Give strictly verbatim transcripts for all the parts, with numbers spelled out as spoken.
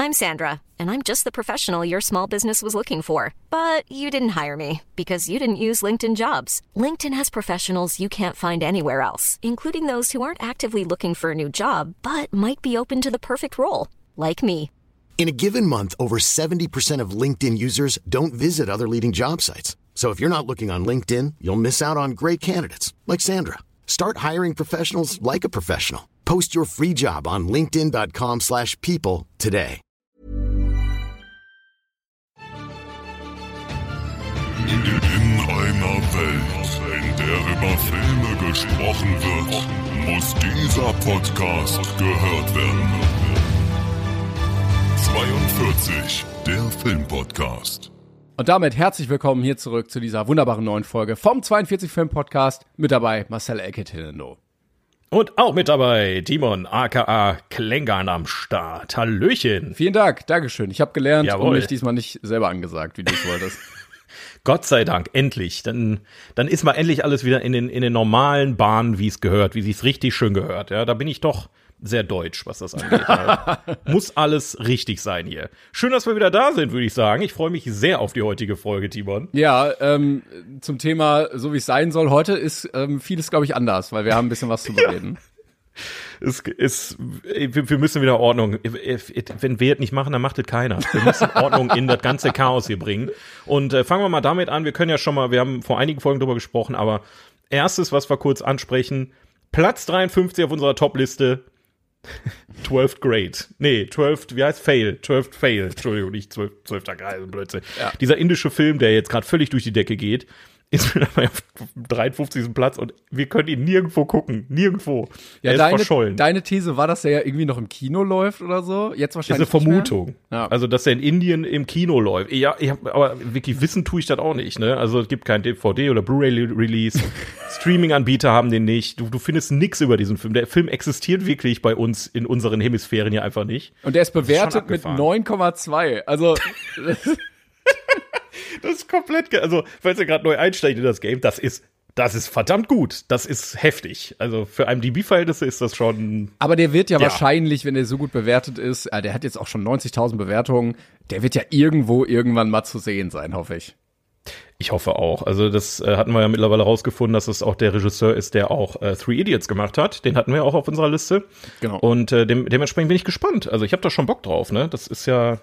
I'm Sandra, and I'm just the professional your small business was looking for. But you didn't hire me because you didn't use LinkedIn Jobs. LinkedIn has professionals you can't find anywhere else, including those who aren't actively looking for a new job, but might be open to the perfect role, like me. In a given month, over seventy percent of LinkedIn users don't visit other leading job sites. So if you're not looking on LinkedIn, you'll miss out on great candidates like Sandra. Start hiring professionals like a professional. Post your free job on linkedin dot com slash people today. In einer Welt, in der über Filme gesprochen wird, muss dieser Podcast gehört werden. zweiundvierzig, der Filmpodcast. Und damit herzlich willkommen hier zurück zu dieser wunderbaren neuen Folge vom zweiundvierzig Film Podcast. Mit dabei Marcel Eckert-Hillendo. Und auch mit dabei Timon, aka Klängern am Start. Hallöchen. Vielen Dank, Dankeschön. Ich habe gelernt Jawohl. und mich diesmal nicht selber angesagt, wie du es wolltest. Gott sei Dank, endlich. Dann, dann ist mal endlich alles wieder in den, in den normalen Bahnen, wie es gehört, wie es sich richtig schön gehört. Ja, da bin ich doch sehr deutsch, was das angeht. Muss alles richtig sein hier. Schön, dass wir wieder da sind, würde ich sagen. Ich freue mich sehr auf die heutige Folge, Timon. Ja, ähm, zum Thema, so wie es sein soll. Heute ist ähm, vieles, glaube ich, anders, weil wir haben ein bisschen was zu bereden. Es ist, wir müssen wieder Ordnung. Wenn wir es nicht machen, dann macht es keiner. Wir müssen Ordnung in das ganze Chaos hier bringen. Und äh, fangen wir mal damit an. Wir können ja schon mal, wir haben vor einigen Folgen drüber gesprochen, aber erstes, was wir kurz ansprechen, Platz dreiundfünfzig auf unserer Top-Liste. zwölfter Grade. Nee, zwölfter, wie heißt Fail? zwölfter Fail. Entschuldigung, nicht zwölfter Grade, Blödsinn. Ja. Dieser indische Film, der jetzt gerade völlig durch die Decke geht, ist mittlerweile auf dreiundfünfzigsten Platz und wir können ihn nirgendwo gucken. Nirgendwo. Ja, er ist deine, verschollen. Deine These war, dass er ja irgendwie noch im Kino läuft oder so? Jetzt wahrscheinlich ist eine Vermutung. Ja. Also, dass er in Indien im Kino läuft. Ja, ich hab, aber wirklich wissen tue ich das auch nicht, ne? Also, es gibt kein D V D oder Blu-ray-Release. Streaming-Anbieter haben den nicht. Du, du findest nichts über diesen Film. Der Film existiert wirklich bei uns in unseren Hemisphären hier einfach nicht. Und der ist bewertet ist mit neun Komma zwei. Also, das ist komplett, ge- also, falls ihr gerade neu einsteigt in das Game, das ist, das ist verdammt gut. Das ist heftig. Also, für I M D B-Verhältnisse ist das schon. Aber der wird ja, ja wahrscheinlich, wenn der so gut bewertet ist, äh, der hat jetzt auch schon neunzigtausend Bewertungen, der wird ja irgendwo irgendwann mal zu sehen sein, hoffe ich. Ich hoffe auch. Also, das äh, hatten wir ja mittlerweile rausgefunden, dass es auch der Regisseur ist, der auch äh, Three Idiots gemacht hat. Den hatten wir auch auf unserer Liste. Genau. Und äh, dem, dementsprechend bin ich gespannt. Also, ich habe da schon Bock drauf, ne? Das ist ja.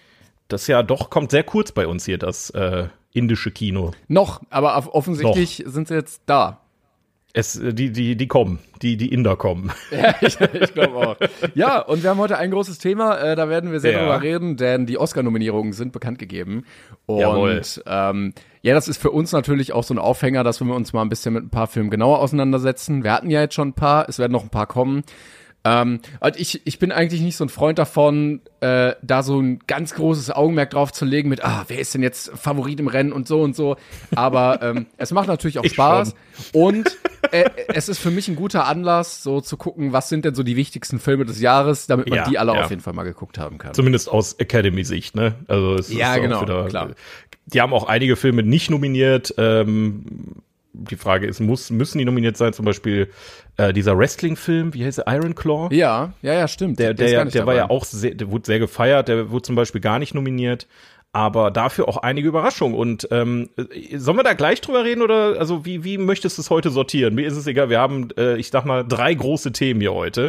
Das ja doch kommt sehr kurz bei uns hier, das äh, indische Kino. Noch, aber auf, offensichtlich Noch. sind sie jetzt da. Es, die, die, die kommen, die, die Inder kommen. Ja, ich, ich glaube auch. Ja, und wir haben heute ein großes Thema, äh, da werden wir sehr ja. drüber reden, denn die Oscar-Nominierungen sind bekannt gegeben. Und Jawohl. ähm, ja, das ist für uns natürlich auch so ein Aufhänger, dass wir uns mal ein bisschen mit ein paar Filmen genauer auseinandersetzen. Wir hatten ja jetzt schon ein paar, es werden noch ein paar kommen. Ähm, und ich, ich bin eigentlich nicht so ein Freund davon, äh, da so ein ganz großes Augenmerk drauf zu legen mit, ah, wer ist denn jetzt Favorit im Rennen und so und so. Aber ähm, es macht natürlich auch ich Spaß. Schon. Und äh, es ist für mich ein guter Anlass, so zu gucken, was sind denn so die wichtigsten Filme des Jahres, damit man ja, die alle ja. auf jeden Fall mal geguckt haben kann. Zumindest aus Academy-Sicht, ne? Also es ja, ist genau, auch wieder, klar. Die haben auch einige Filme nicht nominiert. Ähm, die Frage ist, muss, müssen die nominiert sein? Zum Beispiel äh, dieser Wrestling-Film, wie heißt der? Iron Claw? Ja, ja, ja, stimmt. Der, der, der, der, der war ja auch sehr, der wurde sehr gefeiert, der wurde zum Beispiel gar nicht nominiert, aber dafür auch einige Überraschungen. Und ähm, sollen wir da gleich drüber reden oder also wie, wie möchtest du es heute sortieren? Mir ist es egal, wir haben, äh, ich sag mal, drei große Themen hier heute.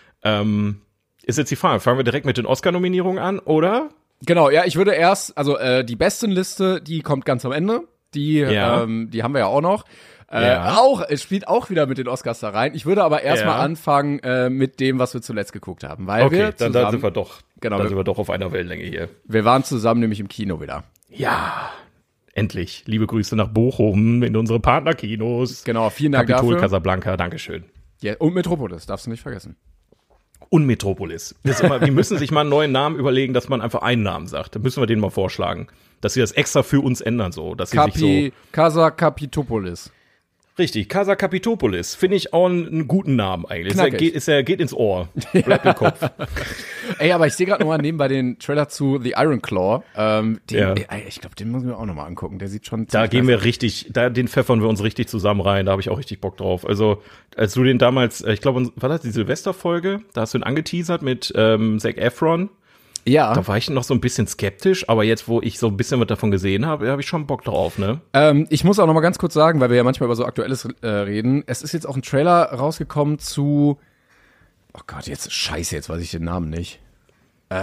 Ähm, ist jetzt die Frage, fangen wir direkt mit den Oscar-Nominierungen an, oder? Genau, ja, ich würde erst, also äh, die Bestenliste, die kommt ganz am Ende. Die, ja. ähm, die haben wir ja auch noch. Äh, ja. Auch, es spielt auch wieder mit den Oscars da rein. Ich würde aber erstmal ja. anfangen äh, mit dem, was wir zuletzt geguckt haben. Weil okay, wir dann, zusammen, dann sind wir doch, genau, dann sind wir doch auf einer Wellenlänge hier. Wir waren zusammen nämlich im Kino wieder. Ja, endlich. Liebe Grüße nach Bochum in unsere Partnerkinos. Genau, vielen Dank Capitol, dafür. Casablanca, Dankeschön. Ja, und Metropolis, darfst du nicht vergessen. Und Metropolis. Das ist immer, die müssen sich mal einen neuen Namen überlegen, dass man einfach einen Namen sagt. Da müssen wir denen mal vorschlagen, dass sie das extra für uns ändern, so, dass sie Capi, sich so Casa Capitopolis. Richtig, Casa Capitopolis. Finde ich auch einen, einen guten Namen eigentlich. Ist er, Knackig. geht, ist er geht ins Ohr. Bleibt im Kopf. Ey, aber ich sehe gerade nochmal nebenbei den Trailer zu The Iron Claw. Ähm, den, Ja. ey, ich glaube, den müssen wir auch nochmal angucken. Der sieht schon Da ziemlich gehen nice wir richtig, da den pfeffern wir uns richtig zusammen rein. Da habe ich auch richtig Bock drauf. Also, als du den damals, äh, ich glaube, war das die Silvesterfolge? Da hast du ihn angeteasert mit ähm, Zac Efron. Ja. Da war ich noch so ein bisschen skeptisch, aber jetzt, wo ich so ein bisschen was davon gesehen habe, habe ich schon Bock drauf, ne? Ähm, ich muss auch noch mal ganz kurz sagen, weil wir ja manchmal über so Aktuelles äh, reden. Es ist jetzt auch ein Trailer rausgekommen zu, oh Gott, jetzt, scheiße, jetzt weiß ich den Namen nicht. Äh,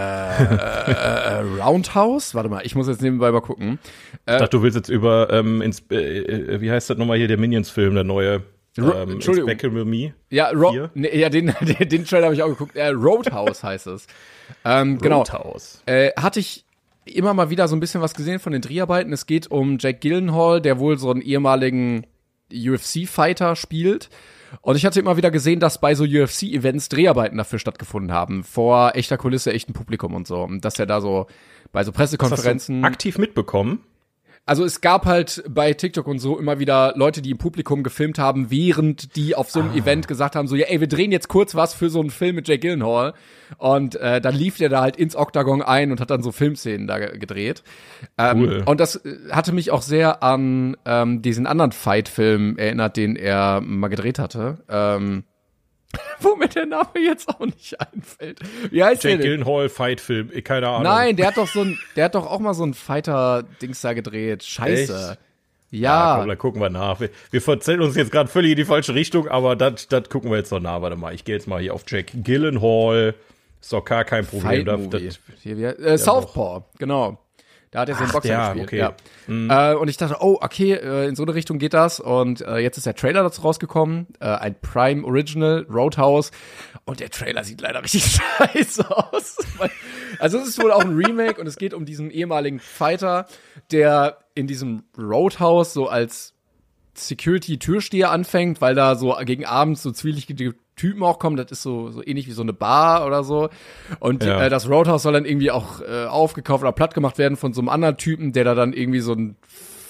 äh, Roundhouse? Warte mal, ich muss jetzt nebenbei mal gucken. Äh, Ich dachte, du willst jetzt über, ähm, ins, äh, äh, wie heißt das nochmal hier, der Minions-Film, der neue, ähm, Entschuldigung. Inspector with Me? Ja, Ro- nee, ja den, den, den Trailer habe ich auch geguckt. Äh, Roadhouse heißt es. Ähm, genau. Roadhouse. Äh, hatte ich immer mal wieder so ein bisschen was gesehen von den Dreharbeiten. Es geht um Jake Gyllenhaal, der wohl so einen ehemaligen U F C-Fighter spielt. Und ich hatte immer wieder gesehen, dass bei so U F C-Events Dreharbeiten dafür stattgefunden haben. Vor echter Kulisse, echtem Publikum und so. Und dass er da so bei so Pressekonferenzen. Hast du aktiv mitbekommen? Also es gab halt bei TikTok und so immer wieder Leute, die im Publikum gefilmt haben, während die auf so einem ah. Event gesagt haben, so, ja, ey, wir drehen jetzt kurz was für so einen Film mit Jake Gyllenhaal. Und äh, dann lief der da halt ins Oktagon ein und hat dann so Filmszenen da ge- gedreht. Ähm, cool. Und das hatte mich auch sehr an ähm, diesen anderen Fight-Film erinnert, den er mal gedreht hatte. Ähm, wo mir der Name jetzt auch nicht einfällt. Wie heißt Jake der denn? Gyllenhaal Fight-Film, keine Ahnung. Nein, der hat doch so ein, der hat doch auch mal so ein Fighter-Dings da gedreht. Scheiße. Echt? Ja. Ja, komm, da gucken wir nach. Wir, wir verzählen uns jetzt gerade völlig in die falsche Richtung, aber das gucken wir jetzt noch nach. Warte mal, ich gehe jetzt mal hier auf Jake Gyllenhaal. Ist doch gar kein Problem. Da, das, Hier, wie, äh, Southpaw, genau. Da hat er so einen Ach, Boxer ja, gespielt. okay. Ja. Mhm. Äh, und ich dachte, oh, okay, äh, in so eine Richtung geht das. Und äh, jetzt ist der Trailer dazu rausgekommen. Äh, ein Prime Original, Roadhouse. Und der Trailer sieht leider richtig scheiße aus. Also es ist wohl auch ein Remake und es geht um diesen ehemaligen Fighter, der in diesem Roadhouse so als Security-Türsteher anfängt, weil da so gegen Abend so zwielichtige Typen auch kommen. Das ist so, so ähnlich wie so eine Bar oder so. Und ja. äh, das Roadhouse soll dann irgendwie auch äh, aufgekauft oder platt gemacht werden von so einem anderen Typen, der da dann irgendwie so ein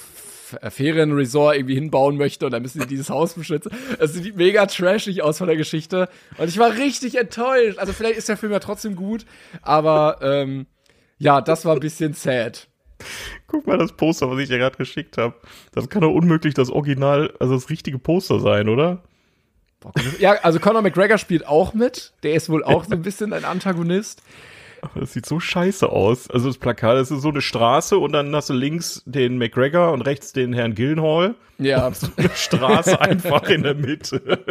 F- Ferienresort irgendwie hinbauen möchte und dann müssen die dieses Haus beschützen. Es sieht mega trashig aus von der Geschichte. Und ich war richtig enttäuscht. Also vielleicht ist der Film ja trotzdem gut, aber ähm, ja, das war ein bisschen sad. Guck mal das Poster, was ich dir gerade geschickt habe. Das kann doch unmöglich das Original, also das richtige Poster sein, oder? Ja, also Conor McGregor spielt auch mit. Der ist wohl auch so ein bisschen ein Antagonist. Aber das sieht so scheiße aus. Also das Plakat, das ist so eine Straße und dann hast du links den McGregor und rechts den Herrn Gyllenhaal. Ja. Und so eine Straße einfach in der Mitte.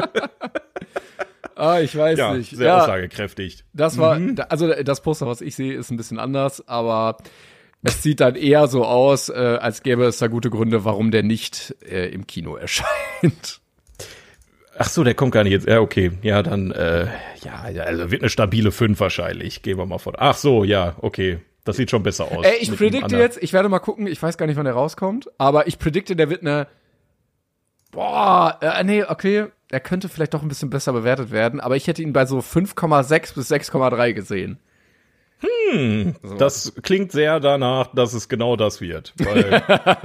Ah, ich weiß Ja, nicht. sehr ja, aussagekräftig. Das war, Mhm. also das Poster, was ich sehe, ist ein bisschen anders, aber es sieht dann eher so aus, äh, als gäbe es da gute Gründe, warum der nicht äh, im Kino erscheint. Ach so, der kommt gar nicht jetzt. Ja, okay. Ja, dann, äh, ja, ja, also wird eine stabile fünf wahrscheinlich. Gehen wir mal von. Ach so, ja, okay. Das sieht schon besser aus. Ey, ich Mit dem predikte anderen. jetzt, ich werde mal gucken, ich weiß gar nicht, wann der rauskommt, aber ich predikte, der wird eine, boah, äh, nee, okay, der könnte vielleicht doch ein bisschen besser bewertet werden, aber ich hätte ihn bei so fünf Komma sechs bis sechs Komma drei gesehen. Hm, das klingt sehr danach, dass es genau das wird. Weil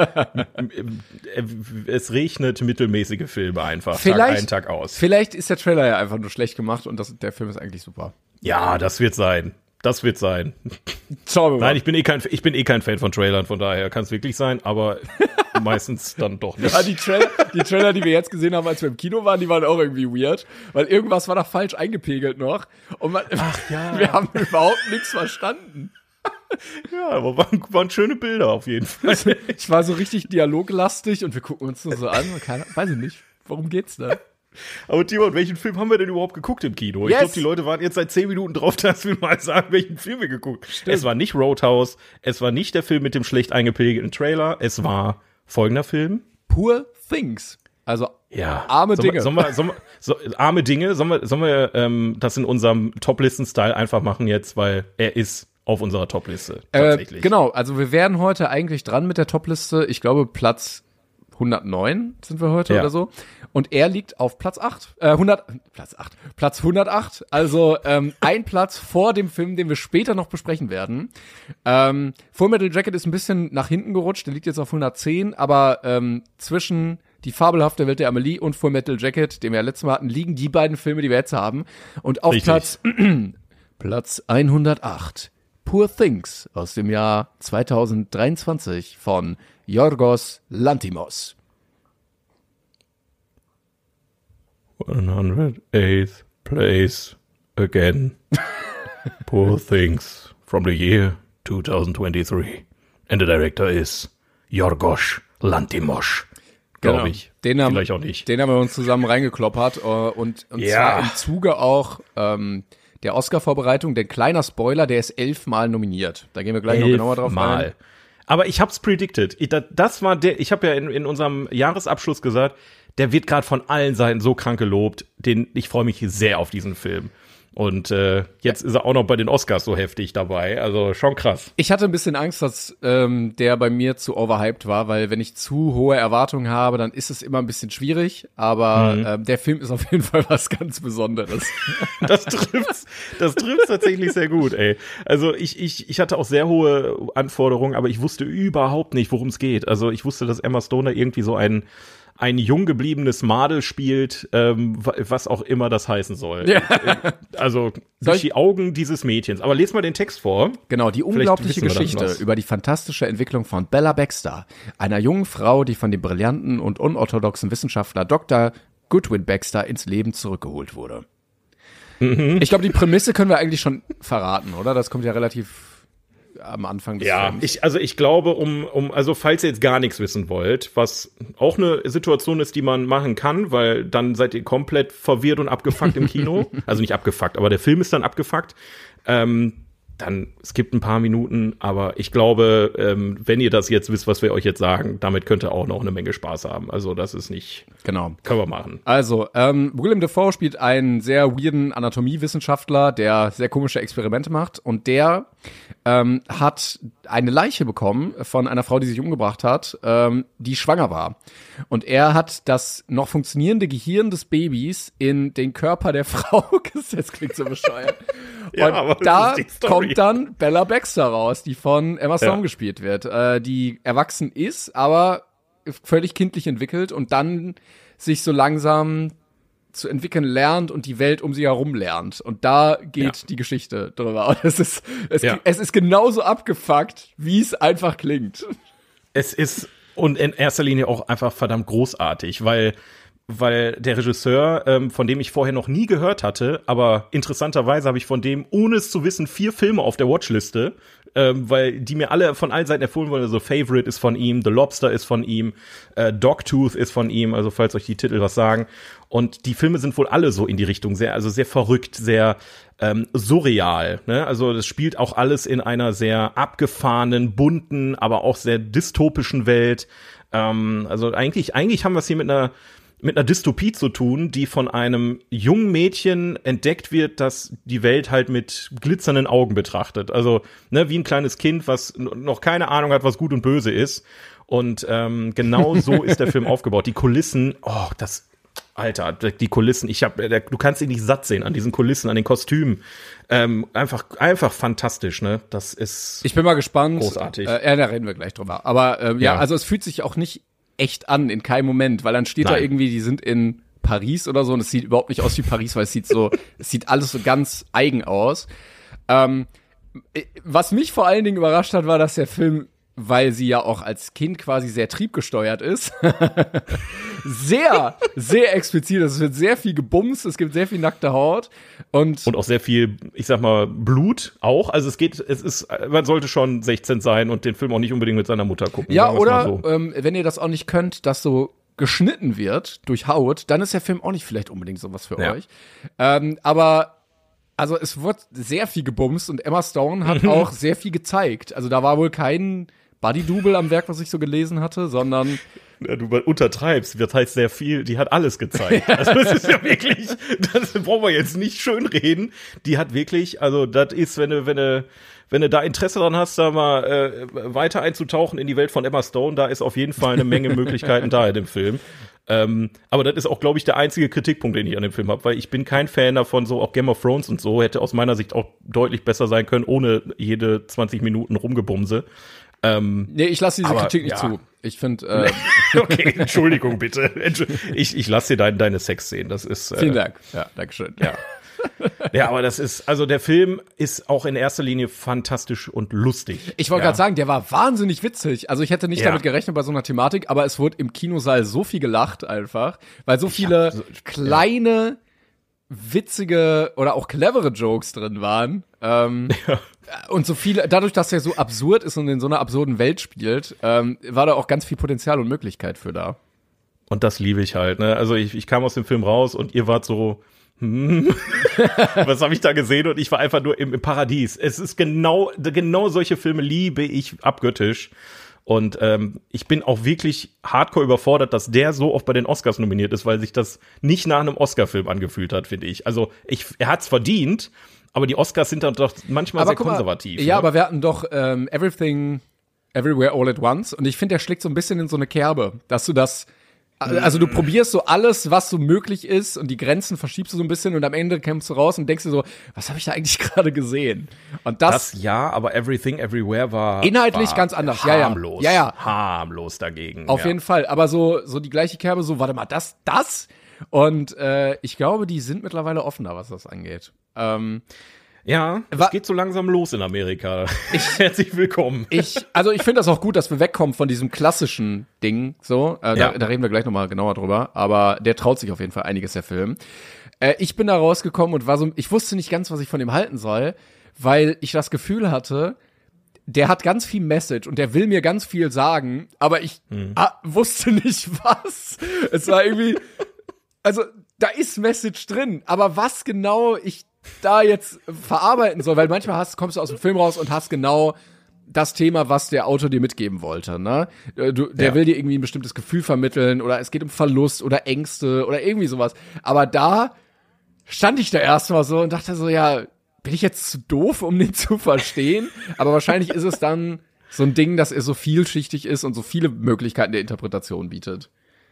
es regnet mittelmäßige Filme einfach. Vielleicht, Tag ein, Tag aus. Vielleicht ist der Trailer ja einfach nur schlecht gemacht und das, der Film ist eigentlich super. Ja, das wird sein. Das wird sein. Schauen wir mal. Nein, ich bin eh kein, ich bin eh kein Fan von Trailern, von daher kann es wirklich sein, aber meistens dann doch nicht. Ja, die Trailer, die Trailer, die wir jetzt gesehen haben, als wir im Kino waren, die waren auch irgendwie weird, weil irgendwas war da falsch eingepegelt noch und man, Ach, ja. wir haben überhaupt nichts verstanden. Ja, aber waren, waren schöne Bilder auf jeden Fall. Ich war so richtig dialoglastig und wir gucken uns nur so an und keiner, weiß ich nicht, worum geht's da? Aber Timon, welchen Film haben wir denn überhaupt geguckt im Kino? Yes. Ich glaube, die Leute warten jetzt seit zehn Minuten drauf, dass wir mal sagen, welchen Film wir geguckt haben. Es war nicht Roadhouse, es war nicht der Film mit dem schlecht eingepegelten Trailer, es war folgender Film. Poor Things. Also Ja. arme sollen Dinge. Wir, sollen wir, sollen wir, so, arme Dinge, sollen wir, sollen wir ähm, das in unserem Top-Listen-Style einfach machen jetzt, weil er ist auf unserer Top-Liste tatsächlich. Äh, genau, also wir wären heute eigentlich dran mit der Top-Liste. Ich glaube, Platz hundertneun sind wir heute Ja. oder so. Und er liegt auf Platz acht. Äh, hundert, Platz acht. Platz hundertacht. Also ähm, ein Platz vor dem Film, den wir später noch besprechen werden. Ähm, Full Metal Jacket ist ein bisschen nach hinten gerutscht. Der liegt jetzt auf hundertzehn. Aber ähm, zwischen Die fabelhafte Welt der Amelie und Full Metal Jacket, den wir ja letztes Mal hatten, liegen die beiden Filme, die wir jetzt haben. Und auf Richtig. Platz Platz hundertacht. Poor Things aus dem Jahr zweitausenddreiundzwanzig von Yorgos Lanthimos. hundertachth Place again. Poor Things from the year twenty twenty-three. And the director is Yorgos Lanthimos. Glaube genau. ich. Den haben, Vielleicht auch nicht. Den haben wir uns zusammen reingekloppert. Uh, und und ja. zwar im Zuge auch ähm, der Oscar-Vorbereitung. Denn kleiner Spoiler, der ist elfmal nominiert. Da gehen wir gleich Elf noch genauer drauf Mal. ein. Aber ich hab's predicted. Ich, das war der, ich habe ja in, in unserem Jahresabschluss gesagt, der wird gerade von allen Seiten so krank gelobt. Den, ich freue mich sehr auf diesen Film. Und äh, jetzt ist er auch noch bei den Oscars so heftig dabei. Also schon krass. Ich hatte ein bisschen Angst, dass ähm, der bei mir zu overhyped war, weil wenn ich zu hohe Erwartungen habe, dann ist es immer ein bisschen schwierig. Aber mhm. ähm, der Film ist auf jeden Fall was ganz Besonderes. Das trifft's, das trifft's tatsächlich sehr gut, ey. Also ich, ich, ich hatte auch sehr hohe Anforderungen, aber ich wusste überhaupt nicht, worum es geht. Also ich wusste, dass Emma Stone irgendwie so ein ein jung gebliebenes Madel spielt, ähm, was auch immer das heißen soll. Ja. Also durch die Augen dieses Mädchens. Aber les mal den Text vor. Genau, die unglaubliche Geschichte über die fantastische Entwicklung von Bella Baxter, einer jungen Frau, die von dem brillanten und unorthodoxen Wissenschaftler Doktor Goodwin Baxter ins Leben zurückgeholt wurde. Mhm. Ich glaube, die Prämisse können wir eigentlich schon verraten, oder? Das kommt ja relativ am Anfang des Ja, Films. ich, also ich glaube, um, um, also falls ihr jetzt gar nichts wissen wollt, was auch eine Situation ist, die man machen kann, weil dann seid ihr komplett verwirrt und abgefuckt im Kino. Also nicht abgefuckt, aber der Film ist dann abgefuckt. Ähm, dann, es gibt ein paar Minuten, aber ich glaube, ähm, wenn ihr das jetzt wisst, was wir euch jetzt sagen, damit könnt ihr auch noch eine Menge Spaß haben. Also das ist nicht, genau, können wir machen. Also, ähm, Willem Dafoe spielt einen sehr weirden Anatomiewissenschaftler, der sehr komische Experimente macht und der ähm, hat eine Leiche bekommen von einer Frau, die sich umgebracht hat, ähm, die schwanger war. Und er hat das noch funktionierende Gehirn des Babys in den Körper der Frau gesetzt. Das klingt so bescheuert. Ja, und aber da das ist die Story. Kommt dann Bella Baxter raus, die von Emma Stone ja. gespielt wird, äh, die erwachsen ist, aber völlig kindlich entwickelt und dann sich so langsam zu entwickeln lernt und die Welt um sie herum lernt. Und da geht ja. die Geschichte drüber. Und es ist, es, ja. es ist genauso abgefuckt, wie es einfach klingt. Es ist, und in erster Linie auch einfach verdammt großartig, weil weil der Regisseur, ähm, von dem ich vorher noch nie gehört hatte, aber interessanterweise habe ich von dem, ohne es zu wissen, vier Filme auf der Watchliste, ähm, weil die mir alle von allen Seiten empfohlen wurden. Also Favorite ist von ihm, The Lobster ist von ihm, äh, Dogtooth ist von ihm, also falls euch die Titel was sagen. Und die Filme sind wohl alle so in die Richtung, sehr, also sehr verrückt, sehr ähm, surreal. Ne? Also das spielt auch alles in einer sehr abgefahrenen, bunten, aber auch sehr dystopischen Welt. Ähm, also eigentlich, eigentlich haben wir es hier mit einer mit einer Dystopie zu tun, die von einem jungen Mädchen entdeckt wird, das die Welt halt mit glitzernden Augen betrachtet. Also, ne, wie ein kleines Kind, was noch keine Ahnung hat, was gut und böse ist. Und ähm, genau so ist der Film aufgebaut. Die Kulissen, oh, das, Alter, die Kulissen, ich hab, der, du kannst ihn nicht satt sehen an diesen Kulissen, an den Kostümen. Ähm, einfach, einfach fantastisch, ne? Das ist Ich bin mal gespannt. Großartig. Äh, ja, da reden wir gleich drüber. Aber ähm, ja. ja, also es fühlt sich auch nicht echt an, in keinem Moment, weil dann steht Nein. da irgendwie, die sind in Paris oder so und es sieht überhaupt nicht aus wie Paris, weil es sieht so, es sieht alles so ganz eigen aus. Ähm, was mich vor allen Dingen überrascht hat, war, dass der Film, weil sie ja auch als Kind quasi sehr triebgesteuert ist, sehr, sehr explizit. Es wird sehr viel gebumst, es gibt sehr viel nackte Haut und und auch sehr viel, ich sag mal, Blut auch. Also es geht, es ist, man sollte schon sechzehn sein und den Film auch nicht unbedingt mit seiner Mutter gucken. Ja, oder so. ähm, wenn ihr das auch nicht könnt, dass so geschnitten wird durch Haut, dann ist der Film auch nicht vielleicht unbedingt sowas für ja. euch. Ähm, aber also es wird sehr viel gebumst und Emma Stone hat auch sehr viel gezeigt. Also da war wohl kein Body-Double am Werk, was ich so gelesen hatte, sondern ja, du untertreibst, das heißt sehr viel, die hat alles gezeigt. Also das ist ja wirklich, das brauchen wir jetzt nicht schön reden. Die hat wirklich, also das ist, wenn du, wenn du, wenn du da Interesse dran hast, da mal äh, weiter einzutauchen in die Welt von Emma Stone, da ist auf jeden Fall eine Menge Möglichkeiten da in dem Film. Ähm, aber das ist auch, glaube ich, der einzige Kritikpunkt, den ich an dem Film habe, weil ich bin kein Fan davon, so auch Game of Thrones und so, hätte aus meiner Sicht auch deutlich besser sein können, ohne jede zwanzig Minuten Rumgebumse. Ähm, nee, ich lasse diese aber, Kritik nicht ja. zu. Ich finde, äh okay, Entschuldigung bitte. Ich, ich lasse dir dein, deine Sexszenen. Das ist. Äh, Vielen Dank. Ja, Dankeschön. Ja. Ja, aber das ist, also der Film ist auch in erster Linie fantastisch und lustig. Ich wollte ja. gerade sagen, der war wahnsinnig witzig. Also ich hätte nicht ja. damit gerechnet bei so einer Thematik, aber es wurde im Kinosaal so viel gelacht einfach, weil so viele so, kleine, ja. witzige oder auch clevere Jokes drin waren. Ähm, ja. Und so viel, dadurch, dass er so absurd ist und in so einer absurden Welt spielt, ähm, war da auch ganz viel Potenzial und Möglichkeit für da. Und das liebe ich halt, ne? Also ich, ich kam aus dem Film raus und ihr wart so, hm, was habe ich da gesehen? Und ich war einfach nur im, im Paradies. Es ist genau, genau solche Filme liebe ich abgöttisch. Und ähm, ich bin auch wirklich hardcore überfordert, dass der so oft bei den Oscars nominiert ist, weil sich das nicht nach einem Oscar-Film angefühlt hat, finde ich. Also ich, er hat's verdient, aber die Oscars sind dann doch manchmal aber sehr konservativ. Mal, ja, ne? Aber wir hatten doch ähm, Everything, Everywhere, All at Once. Und ich finde, der schlägt so ein bisschen in so eine Kerbe, dass du das Also du probierst so alles, was so möglich ist und die Grenzen verschiebst du so ein bisschen und am Ende kämpfst du raus und denkst dir so, was habe ich da eigentlich gerade gesehen? Und das, das ja, aber Everything Everywhere war inhaltlich war ganz anders. Harmlos, ja, ja. ja, ja. harmlos dagegen. Auf ja. jeden Fall, aber so so die gleiche Kerbe, so warte mal, das, das und äh, ich glaube, die sind mittlerweile offener, was das angeht. Ähm, Ja, es geht so langsam los in Amerika. Ich, Herzlich willkommen. Ich, also ich finde das auch gut, dass wir wegkommen von diesem klassischen Ding. So, äh, ja. da, da reden wir gleich nochmal genauer drüber. Aber der traut sich auf jeden Fall einiges, der Film. Äh, ich bin da rausgekommen und war so, ich wusste nicht ganz, was ich von dem halten soll, weil ich das Gefühl hatte, der hat ganz viel Message und der will mir ganz viel sagen, aber ich hm. ah, wusste nicht was. Es war irgendwie, also da ist Message drin, aber was genau ich da jetzt verarbeiten soll, weil manchmal hast, kommst du aus dem Film raus und hast genau das Thema, was der Autor dir mitgeben wollte, ne? Du, der ja. will dir irgendwie ein bestimmtes Gefühl vermitteln oder es geht um Verlust oder Ängste oder irgendwie sowas. Aber da stand ich da erstmal so und dachte so, ja, bin ich jetzt zu doof, um den zu verstehen? Aber wahrscheinlich ist es dann so ein Ding, dass er so vielschichtig ist und so viele Möglichkeiten der Interpretation bietet.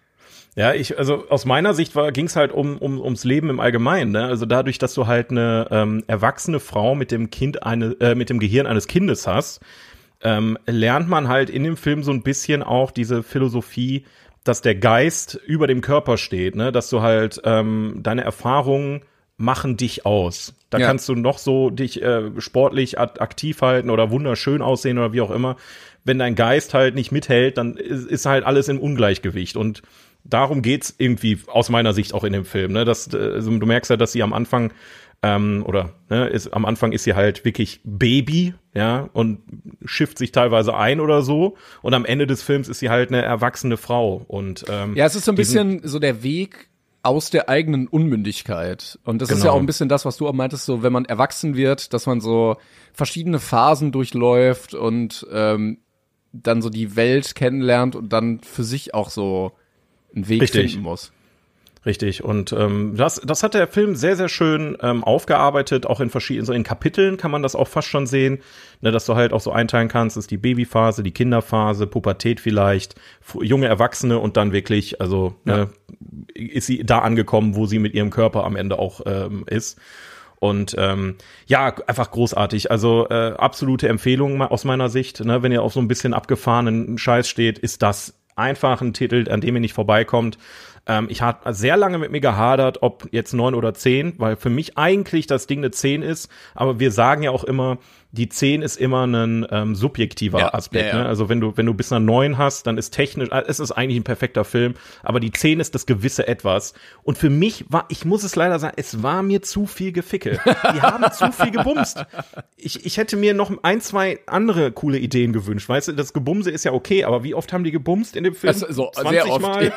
Ja, ich, also aus meiner Sicht war, ging's halt um, um, ums Leben im Allgemeinen, ne? Also dadurch, dass du halt eine ähm, erwachsene Frau mit dem Kind eine, äh, mit dem Gehirn eines Kindes hast, ähm, lernt man halt in dem Film so ein bisschen auch diese Philosophie, dass der Geist über dem Körper steht, ne? Dass du halt ähm, deine Erfahrungen machen dich aus. Da ja. kannst du noch so dich äh, sportlich aktiv halten oder wunderschön aussehen oder wie auch immer. Wenn dein Geist halt nicht mithält, dann ist, ist halt alles im Ungleichgewicht und darum geht's irgendwie aus meiner Sicht auch in dem Film, ne? Dass, also du merkst ja, dass sie am Anfang ähm, oder ne, ist, am Anfang ist sie halt wirklich Baby, ja, und schifft sich teilweise ein oder so. Und am Ende des Films ist sie halt eine erwachsene Frau. Und ähm, ja, es ist so ein bisschen so der Weg aus der eigenen Unmündigkeit. Und das genau. ist ja auch ein bisschen das, was du auch meintest, so wenn man erwachsen wird, dass man so verschiedene Phasen durchläuft und ähm, dann so die Welt kennenlernt und dann für sich auch so einen Weg Richtig. finden muss. Richtig. Und ähm, das, das hat der Film sehr, sehr schön ähm, aufgearbeitet. Auch in verschiedenen, so in Kapiteln kann man das auch fast schon sehen, ne, dass du halt auch so einteilen kannst, ist die Babyphase, die Kinderphase, Pubertät vielleicht, junge Erwachsene und dann wirklich, also ja. ne, ist sie da angekommen, wo sie mit ihrem Körper am Ende auch ähm, ist. Und ähm, ja, einfach großartig. Also äh, absolute Empfehlung aus meiner Sicht. Ne, wenn ihr auf so ein bisschen abgefahrenen Scheiß steht, ist das einfach ein Titel, an dem ihr nicht vorbeikommt. Ähm, ich habe sehr lange mit mir gehadert, ob jetzt neun oder zehn, weil für mich eigentlich das Ding eine zehn ist. Aber wir sagen ja auch immer, die zehn ist immer ein ähm, subjektiver ja, Aspekt. Ja, ja. Ne? Also wenn du wenn du bis einer neun hast, dann ist technisch, es ist eigentlich ein perfekter Film. Aber die zehn ist das gewisse Etwas. Und für mich war, ich muss es leider sagen, es war mir zu viel Geficke. Die haben zu viel gebumst. Ich, ich hätte mir noch ein, zwei andere coole Ideen gewünscht. Weißt du, das Gebumse ist ja okay, aber wie oft haben die gebumst in dem Film? Also, so, zwanzig sehr oft. Mal?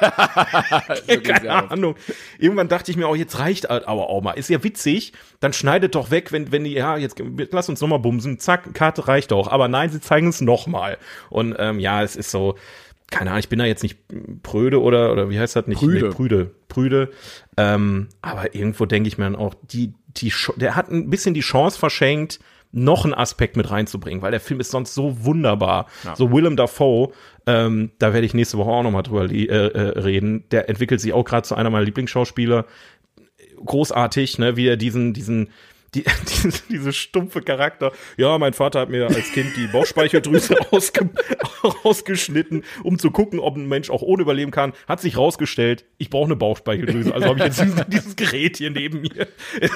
Ja, keine Ahnung. Irgendwann dachte ich mir auch, jetzt reicht aber auch mal. Ist ja witzig, dann schneidet doch weg, wenn wenn die, ja, jetzt lass uns nochmal bumsen. Zack, Karte reicht doch. Aber nein, sie zeigen es nochmal. Und ähm, ja, es ist so, keine Ahnung, ich bin da jetzt nicht pröde oder oder wie heißt das nicht? Prüde. Nee, prüde. Prüde. Ähm, aber irgendwo denke ich mir dann auch, die, die, der hat ein bisschen die Chance verschenkt, noch einen Aspekt mit reinzubringen, weil der Film ist sonst so wunderbar. Ja. So Willem Dafoe, ähm, da werde ich nächste Woche auch nochmal drüber äh, äh, reden. Der entwickelt sich auch gerade zu einer meiner Lieblingsschauspieler. Großartig, ne, wie er diesen, diesen, Die, diese, diese stumpfe Charakter. Ja, mein Vater hat mir als Kind die Bauchspeicheldrüse ausge, rausgeschnitten, um zu gucken, ob ein Mensch auch ohne überleben kann. Hat sich rausgestellt, ich brauche eine Bauchspeicheldrüse. Also habe ich jetzt dieses, dieses Gerät hier neben mir.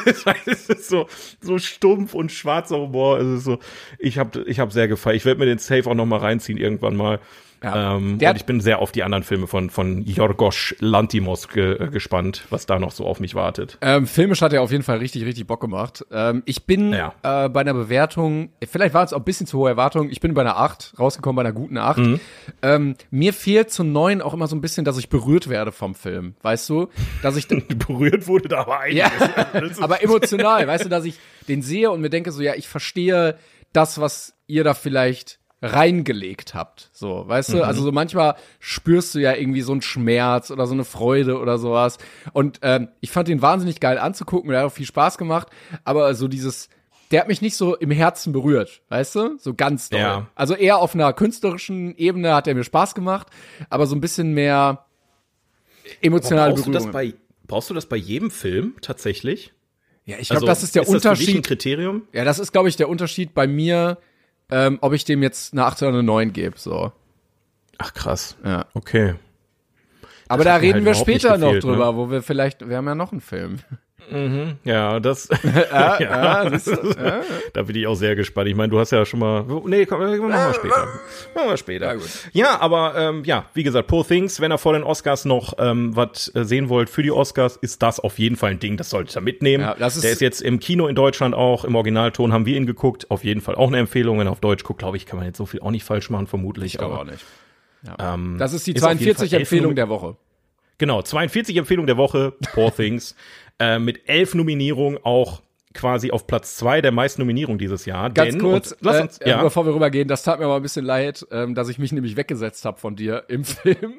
Es ist so, so stumpf und schwarzer Humor. Es ist so, ich habe ich hab sehr gefeiert. Ich werde mir den Safe auch noch mal reinziehen irgendwann mal. Ja, ähm, und ich bin sehr auf die anderen Filme von von Yorgos Lanthimos ge- gespannt, was da noch so auf mich wartet. Ähm, filmisch hat er auf jeden Fall richtig, richtig Bock gemacht. Ähm, ich bin ja. äh, bei einer Bewertung, vielleicht war es auch ein bisschen zu hohe Erwartung, ich bin bei einer acht, rausgekommen bei einer guten acht. Mhm. Ähm, mir fehlt zu neun auch immer so ein bisschen, dass ich berührt werde vom Film, weißt du? Dass ich berührt wurde da aber einiges. Ja, aber emotional, weißt du, dass ich den sehe und mir denke so, ja, ich verstehe das, was ihr da vielleicht reingelegt habt, so, weißt du, mhm. also so manchmal spürst du ja irgendwie so einen Schmerz oder so eine Freude oder sowas und ähm, ich fand den wahnsinnig geil anzugucken, der hat auch viel Spaß gemacht, aber so dieses, der hat mich nicht so im Herzen berührt, weißt du, so ganz doll. Ja. Also eher auf einer künstlerischen Ebene hat er mir Spaß gemacht, aber so ein bisschen mehr emotionale brauchst Berührung. Du das bei, brauchst du das bei jedem Film tatsächlich? Ja, ich glaube, also, das ist der ist Unterschied. Das für dich ein Kriterium? Ja, das ist, glaube ich, der Unterschied bei mir, Ähm, ob ich dem jetzt eine acht oder eine neun gebe, so. Ach, krass. Ja. Okay. Aber das da reden halt wir später gefehlt, noch drüber, ne? Wo wir vielleicht, wir haben ja noch einen Film. Mhm, ja, das, ah, ja, ah, das ah. Da bin ich auch sehr gespannt. Ich meine, du hast ja schon mal, nee, komm, machen wir später. Machen wir später. Ja, gut. Ja, aber, ähm, ja, wie gesagt, Poor Things, wenn ihr vor den Oscars noch, ähm, was sehen wollt für die Oscars, ist das auf jeden Fall ein Ding, das solltet ihr mitnehmen. Ja, das ist Der ist jetzt im Kino in Deutschland auch, im Originalton haben wir ihn geguckt, auf jeden Fall auch eine Empfehlung, wenn ihr auf Deutsch guckt, glaube ich, kann man jetzt so viel auch nicht falsch machen, vermutlich. Ich glaube auch nicht. Ja. Ähm, das ist die zweiundvierzig Empfehlung der Woche. Genau, zweiundvierzig Empfehlung der Woche, Poor Things. Äh, mit elf Nominierungen auch quasi auf Platz zwei der meisten Nominierungen dieses Jahr. Ganz Denn, kurz, und, lass uns, äh, ja. bevor wir rübergehen, das tat mir aber ein bisschen leid, ähm, dass ich mich nämlich weggesetzt habe von dir im Film.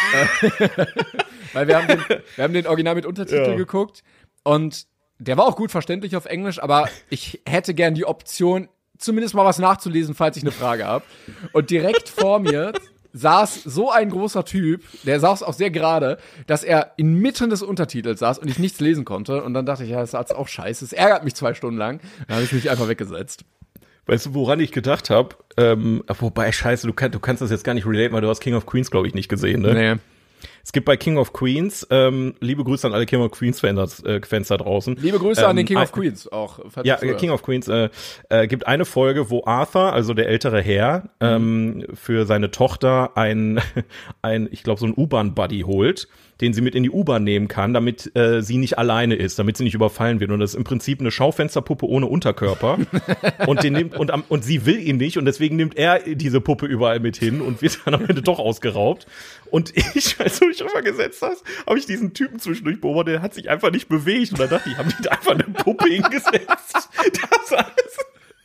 Weil wir haben den, wir haben den Original mit Untertitel ja. geguckt und der war auch gut verständlich auf Englisch, aber ich hätte gern die Option, zumindest mal was nachzulesen, falls ich eine Frage habe. Und direkt vor mir saß so ein großer Typ, der saß auch sehr gerade, dass er inmitten des Untertitels saß und ich nichts lesen konnte. Und dann dachte ich, ja, das ist auch scheiße. Es ärgert mich zwei Stunden lang. Dann habe ich mich einfach weggesetzt. Weißt du, woran ich gedacht habe? Ähm, wobei, scheiße, du, kann, du kannst das jetzt gar nicht relaten, weil du hast King of Queens, glaube ich, nicht gesehen, ne? Nee. Es gibt bei King of Queens, ähm, liebe Grüße an alle King of Queens-Fans äh, Fans da draußen. Liebe Grüße ähm, an den King of Queens auch. Ja, King of Queens äh, äh, gibt eine Folge, wo Arthur, also der ältere Herr, mhm. ähm, für seine Tochter ein, ein ich glaube, so ein U-Bahn-Buddy holt, den sie mit in die U-Bahn nehmen kann, damit äh, sie nicht alleine ist, damit sie nicht überfallen wird. Und das ist im Prinzip eine Schaufensterpuppe ohne Unterkörper. und den nimmt und, und sie will ihn nicht und deswegen nimmt er diese Puppe überall mit hin und wird dann am Ende doch ausgeraubt. Und ich, als du mich rübergesetzt hast, habe ich diesen Typen zwischendurch beobachtet, der hat sich einfach nicht bewegt. Und da dachte ich, haben die da einfach eine Puppe hingesetzt? Das alles.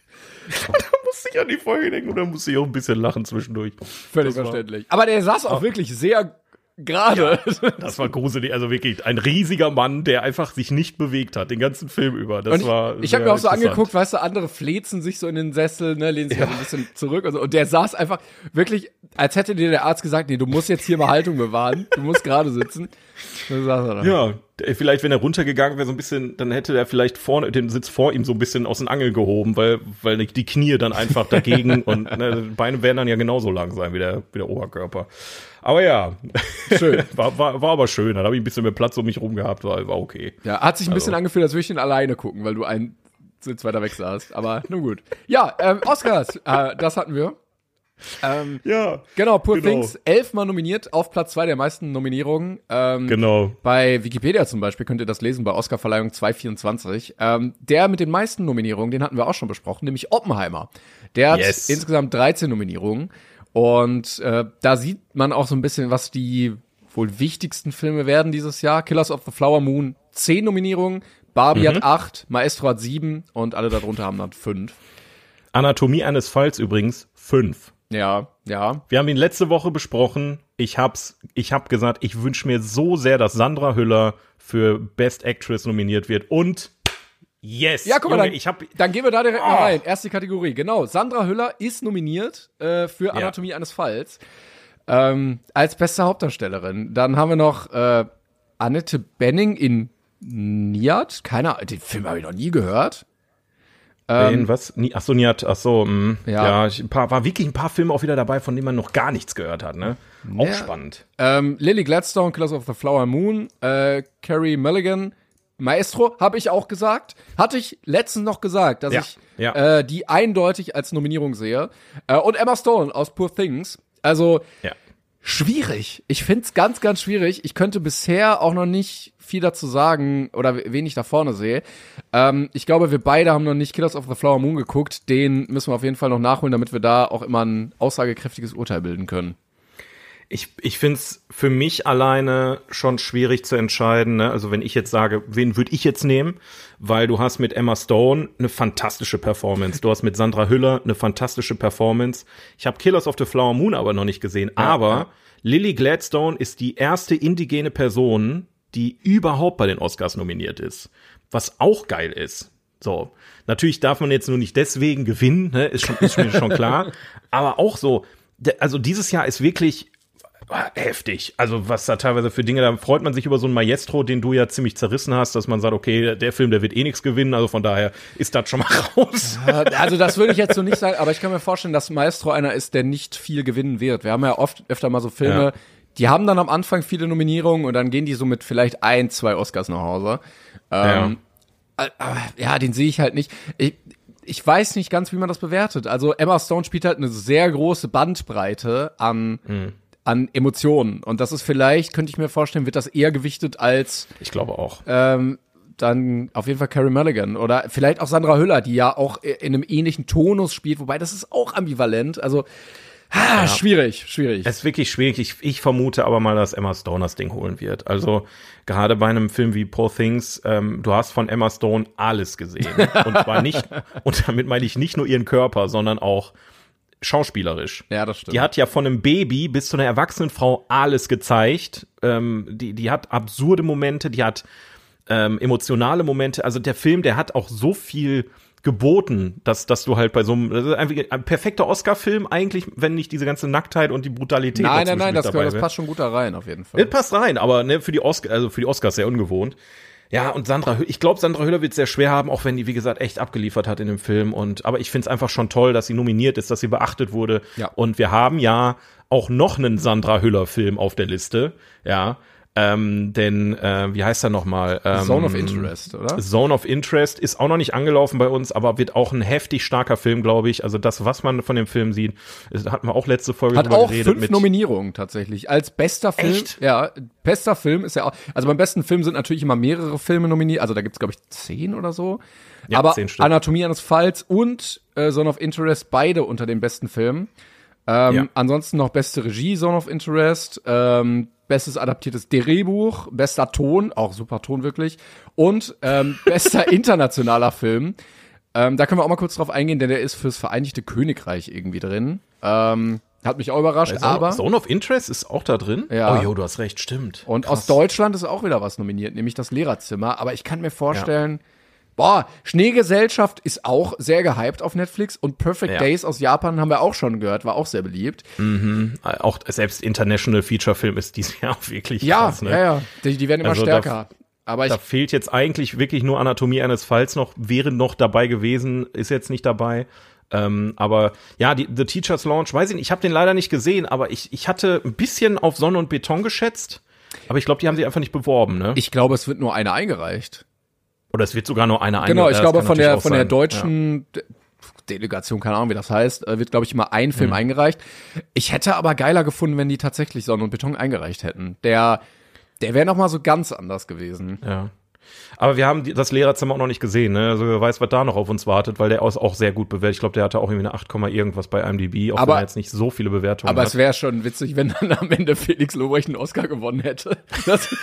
Und da musste ich an die Folge denken und da musste ich auch ein bisschen lachen zwischendurch. Völlig verständlich. Aber der saß auch wirklich sehr gerade. Ja, das war gruselig, also wirklich ein riesiger Mann, der einfach sich nicht bewegt hat, den ganzen Film über. Das ich, war Ich habe mir auch so angeguckt, weißt du, andere flezen sich so in den Sessel, ne, lehnen sich ja. so ein bisschen zurück und so. Und der saß einfach wirklich, als hätte dir der Arzt gesagt, nee, du musst jetzt hier mal Haltung bewahren, du musst gerade sitzen. So saß er da. Ja, vielleicht, wenn er runtergegangen wäre, so ein bisschen, dann hätte er vielleicht vorne, den Sitz vor ihm so ein bisschen aus den Angeln gehoben, weil, weil die Knie dann einfach dagegen und ne, die Beine werden dann ja genauso lang sein wie der, wie der Oberkörper. Aber ja, schön. war, war, war aber schön. Dann habe ich ein bisschen mehr Platz um mich rum gehabt, war, war okay. Ja, hat sich ein bisschen also. angefühlt, als würde ich ihn alleine gucken, weil du einen Sitz weiter weg saßt. Aber nun gut. Ja, ähm, Oscars, äh, das hatten wir. Ähm, ja, genau, Poor genau. Things, elfmal nominiert, auf Platz zwei der meisten Nominierungen. Ähm, genau. Bei Wikipedia zum Beispiel könnt ihr das lesen, bei Oscarverleihung zweitausendvierundzwanzig. Ähm, der mit den meisten Nominierungen, den hatten wir auch schon besprochen, nämlich Oppenheimer. Der hat yes. insgesamt dreizehn Nominierungen. Und äh, da sieht man auch so ein bisschen, was die wohl wichtigsten Filme werden dieses Jahr. Killers of the Flower Moon, zehn Nominierungen. Barbie mhm. hat acht, Maestro hat sieben und alle darunter haben dann fünf. Anatomie eines Falls übrigens fünf. Ja, ja. Wir haben ihn letzte Woche besprochen. Ich hab's, ich hab gesagt, ich wünsche mir so sehr, dass Sandra Hüller für Best Actress nominiert wird. Und yes. Ja, guck mal, Junge, dann, ich hab, dann gehen wir da direkt oh. mal rein. Erste Kategorie, genau. Sandra Hüller ist nominiert äh, für Anatomie ja. eines Falls ähm, als beste Hauptdarstellerin. Dann haben wir noch äh, Annette Bening in Niat. Keine Ahnung, den Film habe ich noch nie gehört. Ähm, was? Ach so, Niat, ach so, mh. ja. ja ich, ein paar, war wirklich ein paar Filme auch wieder dabei, von denen man noch gar nichts gehört hat, ne? Auch ja. spannend. Ähm, Lily Gladstone, Killers of the Flower Moon, äh, Carey Mulligan, Maestro, habe ich auch gesagt. Hatte ich letztens noch gesagt, dass ja. ich ja. Äh, die eindeutig als Nominierung sehe. Äh, und Emma Stone aus Poor Things. Also ja. schwierig. Ich find's ganz, ganz schwierig. Ich könnte bisher auch noch nicht viel dazu sagen oder wen ich da vorne sehe. Ähm, ich glaube, wir beide haben noch nicht Killers of the Flower Moon geguckt. Den müssen wir auf jeden Fall noch nachholen, damit wir da auch immer ein aussagekräftiges Urteil bilden können. Ich, ich finde es für mich alleine schon schwierig zu entscheiden. Ne? Also wenn ich jetzt sage, wen würde ich jetzt nehmen? Weil du hast mit Emma Stone eine fantastische Performance. Du hast mit Sandra Hüller eine fantastische Performance. Ich habe Killers of the Flower Moon aber noch nicht gesehen. Ja, aber ja. Lily Gladstone ist die erste indigene Person, die überhaupt bei den Oscars nominiert ist. Was auch geil ist. So, natürlich darf man jetzt nur nicht deswegen gewinnen, ne? ist, schon, ist mir schon klar. Aber auch so, also dieses Jahr ist wirklich heftig. Also was da teilweise für Dinge, da freut man sich über so einen Maestro, den du ja ziemlich zerrissen hast, dass man sagt, okay, der Film, der wird eh nichts gewinnen, also von daher ist das schon mal raus. Also das würde ich jetzt so nicht sagen, aber ich kann mir vorstellen, dass Maestro einer ist, der nicht viel gewinnen wird. Wir haben ja oft öfter mal so Filme, ja. die haben dann am Anfang viele Nominierungen und dann gehen die so mit vielleicht ein, zwei Oscars nach Hause. Ähm, ja. Aber, ja, den sehe ich halt nicht. Ich, ich weiß nicht ganz, wie man das bewertet. Also Emma Stone spielt halt eine sehr große Bandbreite an mhm. an Emotionen. Und das ist vielleicht, könnte ich mir vorstellen, wird das eher gewichtet als ich glaube auch. Ähm, dann auf jeden Fall Carey Mulligan oder vielleicht auch Sandra Hüller, die ja auch in einem ähnlichen Tonus spielt, wobei das ist auch ambivalent. Also ah, ja. schwierig, schwierig. Es ist wirklich schwierig. Ich, ich vermute aber mal, dass Emma Stone das Ding holen wird. Also gerade bei einem Film wie Poor Things, ähm, du hast von Emma Stone alles gesehen. Und zwar nicht, und damit meine ich nicht nur ihren Körper, sondern auch schauspielerisch. Ja, das stimmt. Die hat ja von einem Baby bis zu einer erwachsenen Frau alles gezeigt. Ähm, die, die hat absurde Momente, die hat ähm, emotionale Momente. Also der Film, der hat auch so viel geboten, dass, dass du halt bei so einem, das ist einfach ein perfekter Oscar-Film eigentlich, wenn nicht diese ganze Nacktheit und die Brutalität. Nein, nein, nein, das, das passt schon gut da rein, auf jeden Fall. Das passt rein, aber ne, für die Oscar, also für die Oscars sehr ungewohnt. Ja, und Sandra, ich glaube, Sandra Hüller wird es sehr schwer haben, auch wenn die, wie gesagt, echt abgeliefert hat in dem Film. Und aber ich finde es einfach schon toll, dass sie nominiert ist, dass sie beachtet wurde. Ja. Und wir haben ja auch noch einen Sandra Hüller-Film auf der Liste. Ja, ähm, denn äh, wie heißt er nochmal? Ähm, Zone of Interest, oder? Zone of Interest ist auch noch nicht angelaufen bei uns, aber wird auch ein heftig starker Film, glaube ich. Also das, was man von dem Film sieht, das hatten wir auch letzte Folge hat drüber auch geredet. Fünf mit Nominierungen tatsächlich. Als bester Film. Echt? Ja, bester Film ist ja auch, also beim besten Film sind natürlich immer mehrere Filme nominiert, also da gibt's glaube ich zehn oder so. Ja, aber zehn Stück. Anatomie eines Falls und äh, Zone of Interest beide unter den besten Filmen. Ähm, Ja. Ansonsten noch beste Regie, Zone of Interest, ähm, bestes adaptiertes Drehbuch, bester Ton, auch super Ton wirklich, und ähm, bester internationaler Film. Ähm, da können wir auch mal kurz drauf eingehen, denn der ist fürs Vereinigte Königreich irgendwie drin. Ähm, hat mich auch überrascht, Zone, aber Zone of Interest ist auch da drin? Ja. Oh jo, du hast recht, stimmt. und Krass. aus Deutschland ist auch wieder was nominiert, nämlich das Lehrerzimmer. Aber ich kann mir vorstellen, boah, Schneegesellschaft ist auch sehr gehypt auf Netflix und Perfect Ja. Days aus Japan haben wir auch schon gehört, war auch sehr beliebt. Mhm. Auch selbst International Feature Film ist dieses Jahr auch wirklich Ja, krass, ne? ja, ja, die, die werden immer Also da- stärker. Aber ich, Da fehlt jetzt eigentlich wirklich nur Anatomie eines Falls noch, wäre noch dabei gewesen, ist jetzt nicht dabei. Ähm, aber ja, die The Teacher's Launch, weiß ich nicht, ich habe den leider nicht gesehen, aber ich, ich hatte ein bisschen auf Sonne und Beton geschätzt, aber ich glaube, die haben sie einfach nicht beworben, ne? ich glaube, es wird nur eine eingereicht. Oder es wird sogar nur eine Genau, einge- ich ja, glaube das kann von der natürlich auch von der sein. deutschen De- Delegation, keine Ahnung, wie das heißt, äh, wird, glaube ich, immer ein Film Mhm. eingereicht. Ich hätte aber geiler gefunden, wenn die tatsächlich Sonne und Beton eingereicht hätten. Der, der wäre noch mal so ganz anders gewesen. Ja. ja. Aber wir haben die, das Lehrerzimmer auch noch nicht gesehen, ne? Also wer weiß, was da noch auf uns wartet, weil der ist auch sehr gut bewertet. Ich glaube, der hatte auch irgendwie eine acht, irgendwas bei I M D B, auch Aber- wenn er jetzt nicht so viele Bewertungen Aber hat. es wäre schon witzig, wenn dann am Ende Felix Lobrecht einen Oscar gewonnen hätte. Das,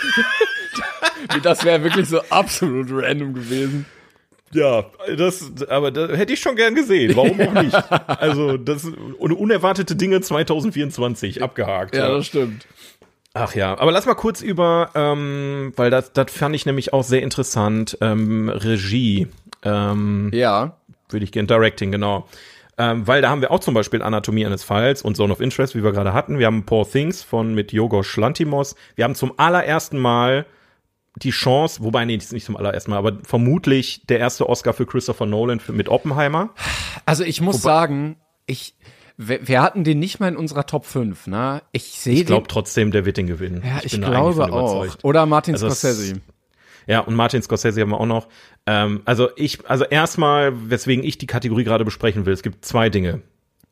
das wäre wirklich so absolut random gewesen. Ja, das, aber das hätte ich schon gern gesehen. Warum auch nicht? Also, das un- unerwartete Dinge zwanzig vierundzwanzig abgehakt. Ja, das stimmt. Ach ja, aber lass mal kurz über, ähm, weil das, das fand ich nämlich auch sehr interessant, ähm, Regie, ähm, Ja. würde ich gerne, Directing, genau. Ähm, weil da haben wir auch zum Beispiel Anatomie eines Falls und Zone of Interest, wie wir gerade hatten. Wir haben Poor Things von mit Yorgos Lanthimos. Wir haben zum allerersten Mal die Chance, wobei, nee, das ist nicht zum allerersten Mal, aber vermutlich der erste Oscar für Christopher Nolan für, mit Oppenheimer. Also ich muss Wobei- sagen, ich, wir, wir hatten den nicht mal in unserer Top fünf, ne? Ich sehe Ich den. glaube trotzdem, der wird den gewinnen. Ja, ich, bin da eigentlich glaube von auch. überzeugt. Oder Martin Also es- Scorsese. Ja, und Martin Scorsese haben wir auch noch. Ähm, also ich, also erstmal, weswegen ich die Kategorie gerade besprechen will, es gibt zwei Dinge.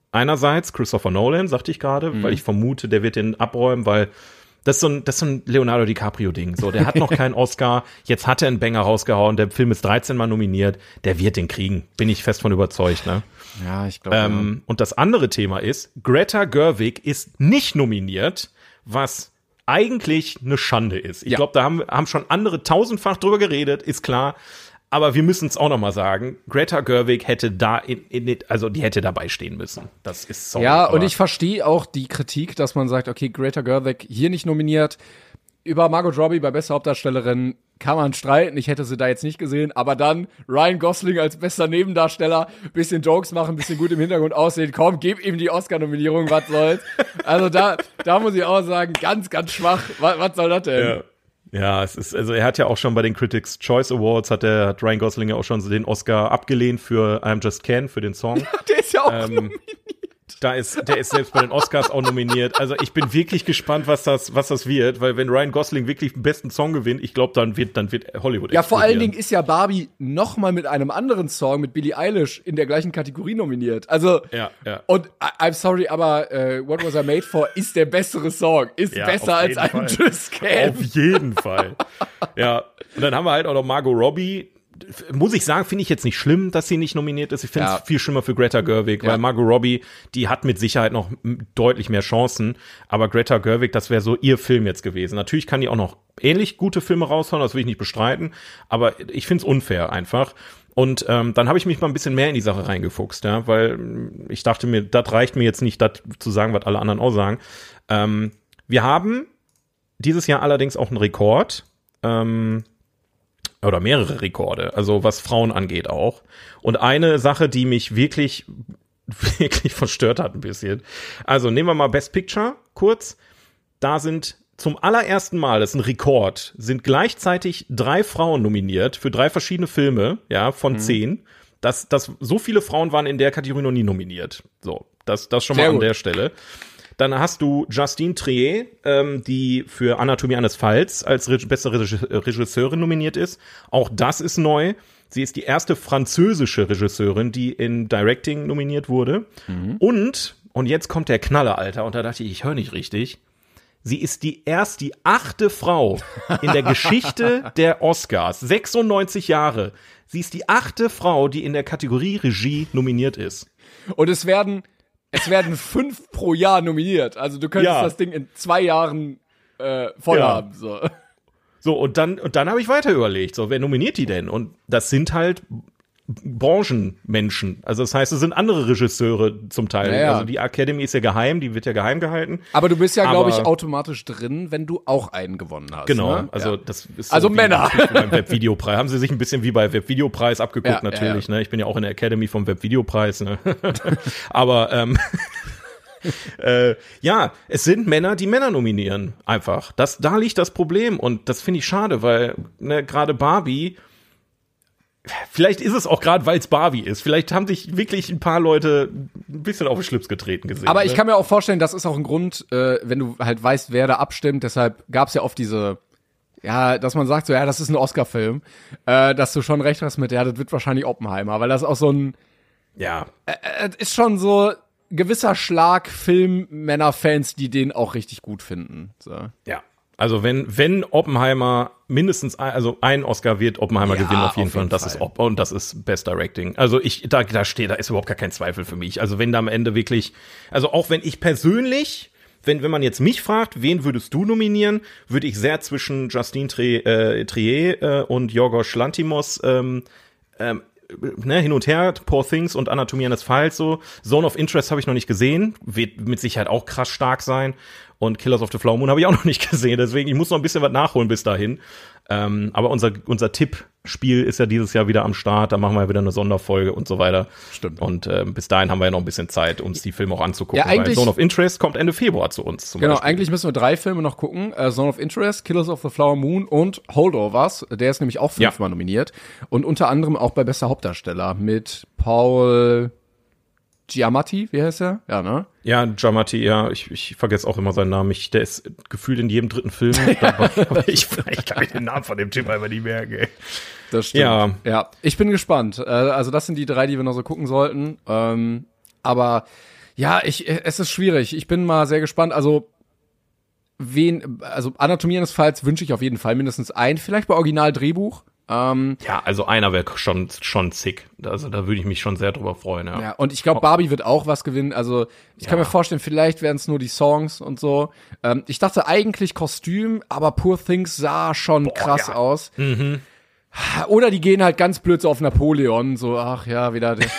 einerseits Christopher Nolan, sagte ich gerade, mhm. weil ich vermute, der wird den abräumen, weil das ist so ein, das ist so ein Leonardo DiCaprio-Ding. So, der hat noch keinen Oscar, jetzt hat er einen Banger rausgehauen, der Film ist dreizehn Mal nominiert, der wird den kriegen, bin ich fest von überzeugt, ne? Ja, ich glaube. Ähm, ja. Und das andere Thema ist, Greta Gerwig ist nicht nominiert, was eigentlich eine Schande ist. Ich ja. glaube, da haben, haben schon andere tausendfach drüber geredet, ist klar. Aber wir müssen es auch noch mal sagen, Greta Gerwig hätte da, in, in, also die hätte dabei stehen müssen. Das ist sorry, ja, und ich verstehe auch die Kritik, dass man sagt, okay, Greta Gerwig hier nicht nominiert. Über Margot Robbie bei bester Hauptdarstellerin kann man streiten. Ich hätte sie da jetzt nicht gesehen. Aber dann Ryan Gosling als bester Nebendarsteller, bisschen Jokes machen, bisschen gut im Hintergrund aussehen. Komm, gib ihm die Oscar-Nominierung, was soll's. Also da, da muss ich auch sagen, ganz, ganz schwach. Was, was soll das denn? Ja. Ja, es ist, also er hat ja auch schon bei den Critics Choice Awards, hat der, hat Ryan Gosling ja auch schon den Oscar abgelehnt für I'm Just Ken, für den Song. Ja, der ist ja auch ähm, nominiert. Da ist, der ist selbst bei den Oscars auch nominiert. Also ich bin wirklich gespannt, was das, was das wird, weil wenn Ryan Gosling wirklich den besten Song gewinnt, ich glaube, dann wird, dann wird Hollywood Ja, vor allen Dingen ist ja Barbie noch mal mit einem anderen Song, mit Billie Eilish, in der gleichen Kategorie nominiert. Also, ja, ja. Und I, I'm sorry, aber uh, What Was I Made For ist der bessere Song. Ist ja, besser als ein Just Ken. Auf jeden Fall. Ja, und dann haben wir halt auch noch Margot Robbie. Muss ich sagen, finde ich jetzt nicht schlimm, dass sie nicht nominiert ist. Ich finde es ja. viel schlimmer für Greta Gerwig, ja. weil Margot Robbie, die hat mit Sicherheit noch deutlich mehr Chancen. Aber Greta Gerwig, das wäre so ihr Film jetzt gewesen. Natürlich kann die auch noch ähnlich gute Filme raushauen, das will ich nicht bestreiten. Aber ich finde es unfair einfach. Und ähm, dann habe ich mich mal ein bisschen mehr in die Sache reingefuchst, ja, weil ich dachte mir, das reicht mir jetzt nicht, das zu sagen, was alle anderen auch sagen. Ähm, wir haben dieses Jahr allerdings auch einen Rekord. Ähm, oder mehrere Rekorde, also was Frauen angeht auch. Und eine Sache, die mich wirklich, wirklich verstört hat ein bisschen. Also nehmen wir mal Best Picture kurz. Da sind zum allerersten Mal, das ist ein Rekord, sind gleichzeitig drei Frauen nominiert für drei verschiedene Filme, ja, von mhm. zehn. Das, das, so viele Frauen waren in der Kategorie noch nie nominiert. So, das, das schon mal Sehr an gut. der Stelle. Dann hast du Justine Triet, ähm, die für Anatomie eines Falls als Re- beste Reg- Regisseurin nominiert ist. Auch das ist neu. Sie ist die erste französische Regisseurin, die in Directing nominiert wurde. Mhm. Und, und jetzt kommt der Knaller, Alter. Und da dachte ich, ich höre nicht richtig. Sie ist die erst die achte Frau in der Geschichte der Oscars. sechsundneunzig Jahre. Sie ist die achte Frau, die in der Kategorie Regie nominiert ist. Und es werden Es werden fünf pro Jahr nominiert. Also du könntest ja. das Ding in zwei Jahren äh, voll ja. haben. So, so und dann, und dann habe ich weiter überlegt, so, wer nominiert die denn? Und das sind halt Branchenmenschen. Also das heißt, es sind andere Regisseure zum Teil. Ja, ja. Also die Academy ist ja geheim, die wird ja geheim gehalten. Aber du bist ja, glaube ich, automatisch drin, wenn du auch einen gewonnen hast. Genau, ne? also ja. das ist so also Männer. Beim Webvideopreis. Haben sie sich ein bisschen wie bei Webvideopreis abgeguckt, ja, natürlich. Ja, ja. Ne? Ich bin ja auch in der Academy vom Webvideopreis. Ne? Aber ähm, äh, ja, es sind Männer, die Männer nominieren. Einfach. Das, da liegt das Problem. Und das finde ich schade, weil ne, gerade Barbie, vielleicht ist es auch gerade, weil es Barbie ist. Vielleicht haben sich wirklich ein paar Leute ein bisschen auf den Schlips getreten gesehen. Aber ne? ich kann mir auch vorstellen, das ist auch ein Grund, äh, wenn du halt weißt, wer da abstimmt. Deshalb gab es ja oft diese, ja, dass man sagt so, ja, das ist ein Oscar-Film. Äh, dass du schon recht hast mit, ja, das wird wahrscheinlich Oppenheimer. Weil das auch so ein, ja, äh, ist schon so gewisser Schlag Film-Männer-Fans, die den auch richtig gut finden. So. Ja. Also wenn wenn Oppenheimer mindestens ein, also ein Oscar wird Oppenheimer ja, gewinnen auf jeden auf Fall jeden und das Fall. ist Op- und das ist Best Directing. Also ich da da steht da ist überhaupt gar kein Zweifel für mich. Also wenn da am Ende wirklich, also auch wenn ich persönlich, wenn wenn man jetzt mich fragt, wen würdest du nominieren, würde ich sehr zwischen Justine Triet äh, Triet äh, und Yorgos Lanthimos ähm, ähm, ne, hin und her, Poor Things und Anatomie eines Falls so. Zone of Interest habe ich noch nicht gesehen, wird mit Sicherheit auch krass stark sein. Und Killers of the Flower Moon habe ich auch noch nicht gesehen, deswegen, ich muss noch ein bisschen was nachholen bis dahin. Ähm, aber unser, unser Tippspiel ist ja dieses Jahr wieder am Start, da machen wir ja wieder eine Sonderfolge und so weiter. Stimmt. Und äh, bis dahin haben wir ja noch ein bisschen Zeit, uns die Filme auch anzugucken. Ja, eigentlich, weil Zone of Interest kommt Ende Februar zu uns zum Genau, Beispiel. Eigentlich müssen wir drei Filme noch gucken. Uh, Zone of Interest, Killers of the Flower Moon und Holdovers. Der ist nämlich auch fünfmal ja. nominiert. Und unter anderem auch bei bester Hauptdarsteller mit Paul Giamatti, wie heißt er? Ja, ne? Ja, Giamatti, ja, ich, ich vergesse auch immer seinen Namen. Ich, der ist gefühlt in jedem dritten Film dabei, aber ich, ich kann mir den Namen von dem Typ einfach nicht merken, ey. Das stimmt. Ja. ja, ich bin gespannt. Also das sind die drei, die wir noch so gucken sollten. Ähm, aber Ja, ich, es ist schwierig. Ich bin mal sehr gespannt. Also, wen, also Anatomie eines Falls wünsche ich auf jeden Fall mindestens ein. Vielleicht bei Original-Drehbuch. Ähm, ja, also einer wäre schon, schon sick. Also da würde ich mich schon sehr drüber freuen, ja. Ja, und ich glaube, Barbie wird auch was gewinnen. Also, ich kann Ja. mir vorstellen, vielleicht wären es nur die Songs und so. Ähm, ich dachte eigentlich Kostüm, aber Poor Things sah schon krass ja. aus. Oder die gehen halt ganz blöd so auf Napoleon. So, ach ja, wieder der.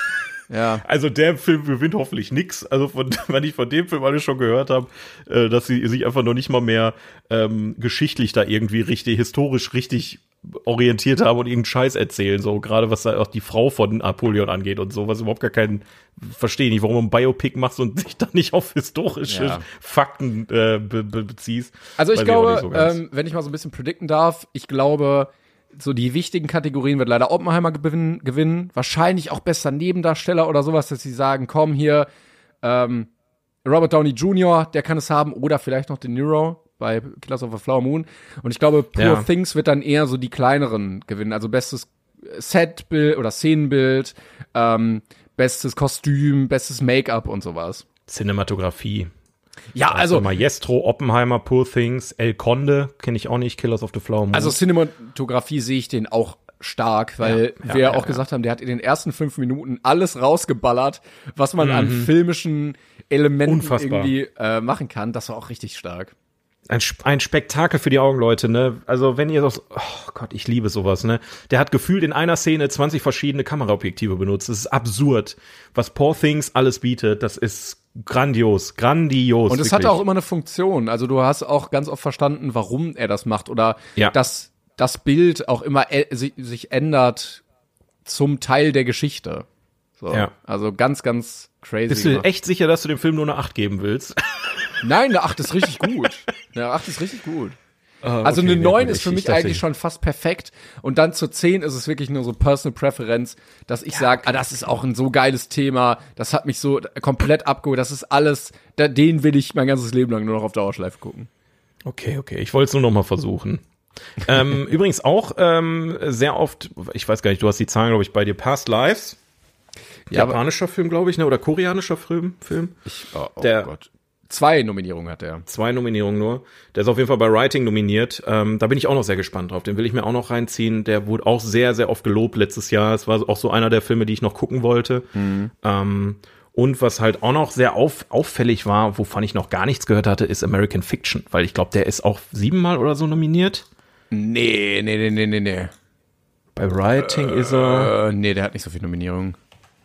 Ja. Also der Film gewinnt hoffentlich nix. Also von, wenn ich von dem Film alles schon gehört habe, äh, dass sie sich einfach noch nicht mal mehr ähm, geschichtlich da irgendwie richtig, historisch richtig orientiert haben und irgendeinen Scheiß erzählen. So gerade was da auch die Frau von Napoleon angeht und so, was überhaupt gar keinen, verstehe nicht, warum du ein Biopic machst und sich da nicht auf historische Ja. Fakten äh, be- be- beziehst. Also ich Weiß glaube, auch nicht so ganz. ähm, wenn ich mal so ein bisschen predikten darf, ich glaube, so die wichtigen Kategorien wird leider Oppenheimer gewinnen, gewinnen. Wahrscheinlich auch bester Nebendarsteller oder sowas, dass sie sagen, komm hier, ähm, Robert Downey Junior, der kann es haben, oder vielleicht noch De Niro bei Killers of a Flower Moon. Und ich glaube, Poor Ja. Things wird dann eher so die kleineren gewinnen. Also bestes Setbild oder Szenenbild, ähm, bestes Kostüm, bestes Make-up und sowas. Cinematografie. Ja, Also also Maestro, Oppenheimer, Poor Things, El Conde, kenne ich auch nicht, Killers of the Flower Moon. Also Cinematografie sehe ich den auch stark, weil Ja, ja, wir ja, auch ja. gesagt haben, der hat in den ersten fünf Minuten alles rausgeballert, was man an filmischen Elementen Unfassbar. irgendwie äh, machen kann. Das war auch richtig stark. Ein, Sp- ein Spektakel für die Augen, Leute, ne? Also wenn ihr das, oh Gott, ich liebe sowas, ne? Der hat gefühlt in einer Szene zwanzig verschiedene Kameraobjektive benutzt. Das ist absurd. Was Poor Things alles bietet, das ist grandios, grandios. Und es wirklich. hatte auch immer eine Funktion. Also du hast auch ganz oft verstanden, warum er das macht oder Ja. dass das Bild auch immer ä- sich, sich ändert zum Teil der Geschichte. So. Ja. Also ganz, ganz crazy. Bist du gemacht. echt sicher, dass du dem Film nur eine acht geben willst? Nein, eine acht ist richtig gut. Eine acht ist richtig gut. Also okay, eine nee, neun gut, ist ich- für ich mich dachte, eigentlich ich- schon fast perfekt. Und dann zur zehn ist es wirklich nur so Personal Preference, dass ich sage, ah, das ist auch ein so geiles Thema, das hat mich so komplett abgeholt, das ist alles, da, den will ich mein ganzes Leben lang nur noch auf Dauerschleife gucken. Okay, okay, ich wollte es nur noch mal versuchen. ähm, übrigens auch ähm, sehr oft, ich weiß gar nicht, du hast die Zahlen, glaube ich, bei dir, Past Lives. Ja, aber- Japanischer Film, glaube ich, ne? Oder koreanischer Film. Film. Ich, oh, oh Der- Gott. Zwei Nominierungen hat er. Zwei Nominierungen nur. Der ist auf jeden Fall bei Writing nominiert. Ähm, da bin ich auch noch sehr gespannt drauf. Den will ich mir auch noch reinziehen. Der wurde auch sehr, sehr oft gelobt letztes Jahr. Es war auch so einer der Filme, die ich noch gucken wollte. Mhm. Ähm, und was halt auch noch sehr auf, auffällig war, wovon ich noch gar nichts gehört hatte, ist American Fiction. Weil ich glaube, der ist auch siebenmal oder so nominiert. Nee, nee, nee, nee, nee, nee. Bei Writing ist er Äh, nee, der hat nicht so viele Nominierungen.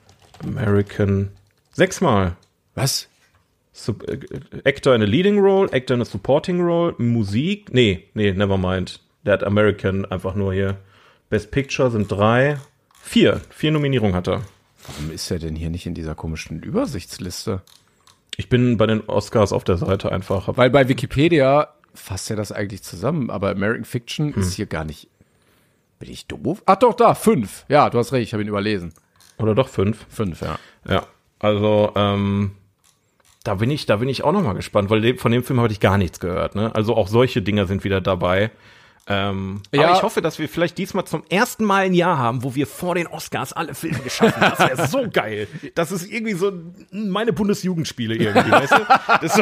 American sechsmal. Was? Sub, äh, Actor in a Leading Role, Actor in a Supporting Role, Musik, nee, nee, never mind. Der hat American einfach nur hier. Best Picture sind drei, vier, vier Nominierungen hat er. Warum ist er denn hier nicht in dieser komischen Übersichtsliste? Ich bin bei den Oscars auf der Seite einfach. Hab, Weil bei Wikipedia fasst er das eigentlich zusammen, aber American Fiction Hm. ist hier gar nicht. Bin ich doof? Ach doch, da, fünf. Ja, du hast recht, ich habe ihn überlesen. oder doch fünf. Fünf, ja. Ja, also ähm, da bin ich, da bin ich auch noch mal gespannt, weil de- von dem Film habe ich gar nichts gehört. Ne? Also auch solche Dinger sind wieder dabei. Ähm, Ja. Aber ich hoffe, dass wir vielleicht diesmal zum ersten Mal ein Jahr haben, wo wir vor den Oscars alle Filme geschaffen haben. Das wäre so geil. Das ist irgendwie so meine Bundesjugendspiele irgendwie, weißt du? Das ist so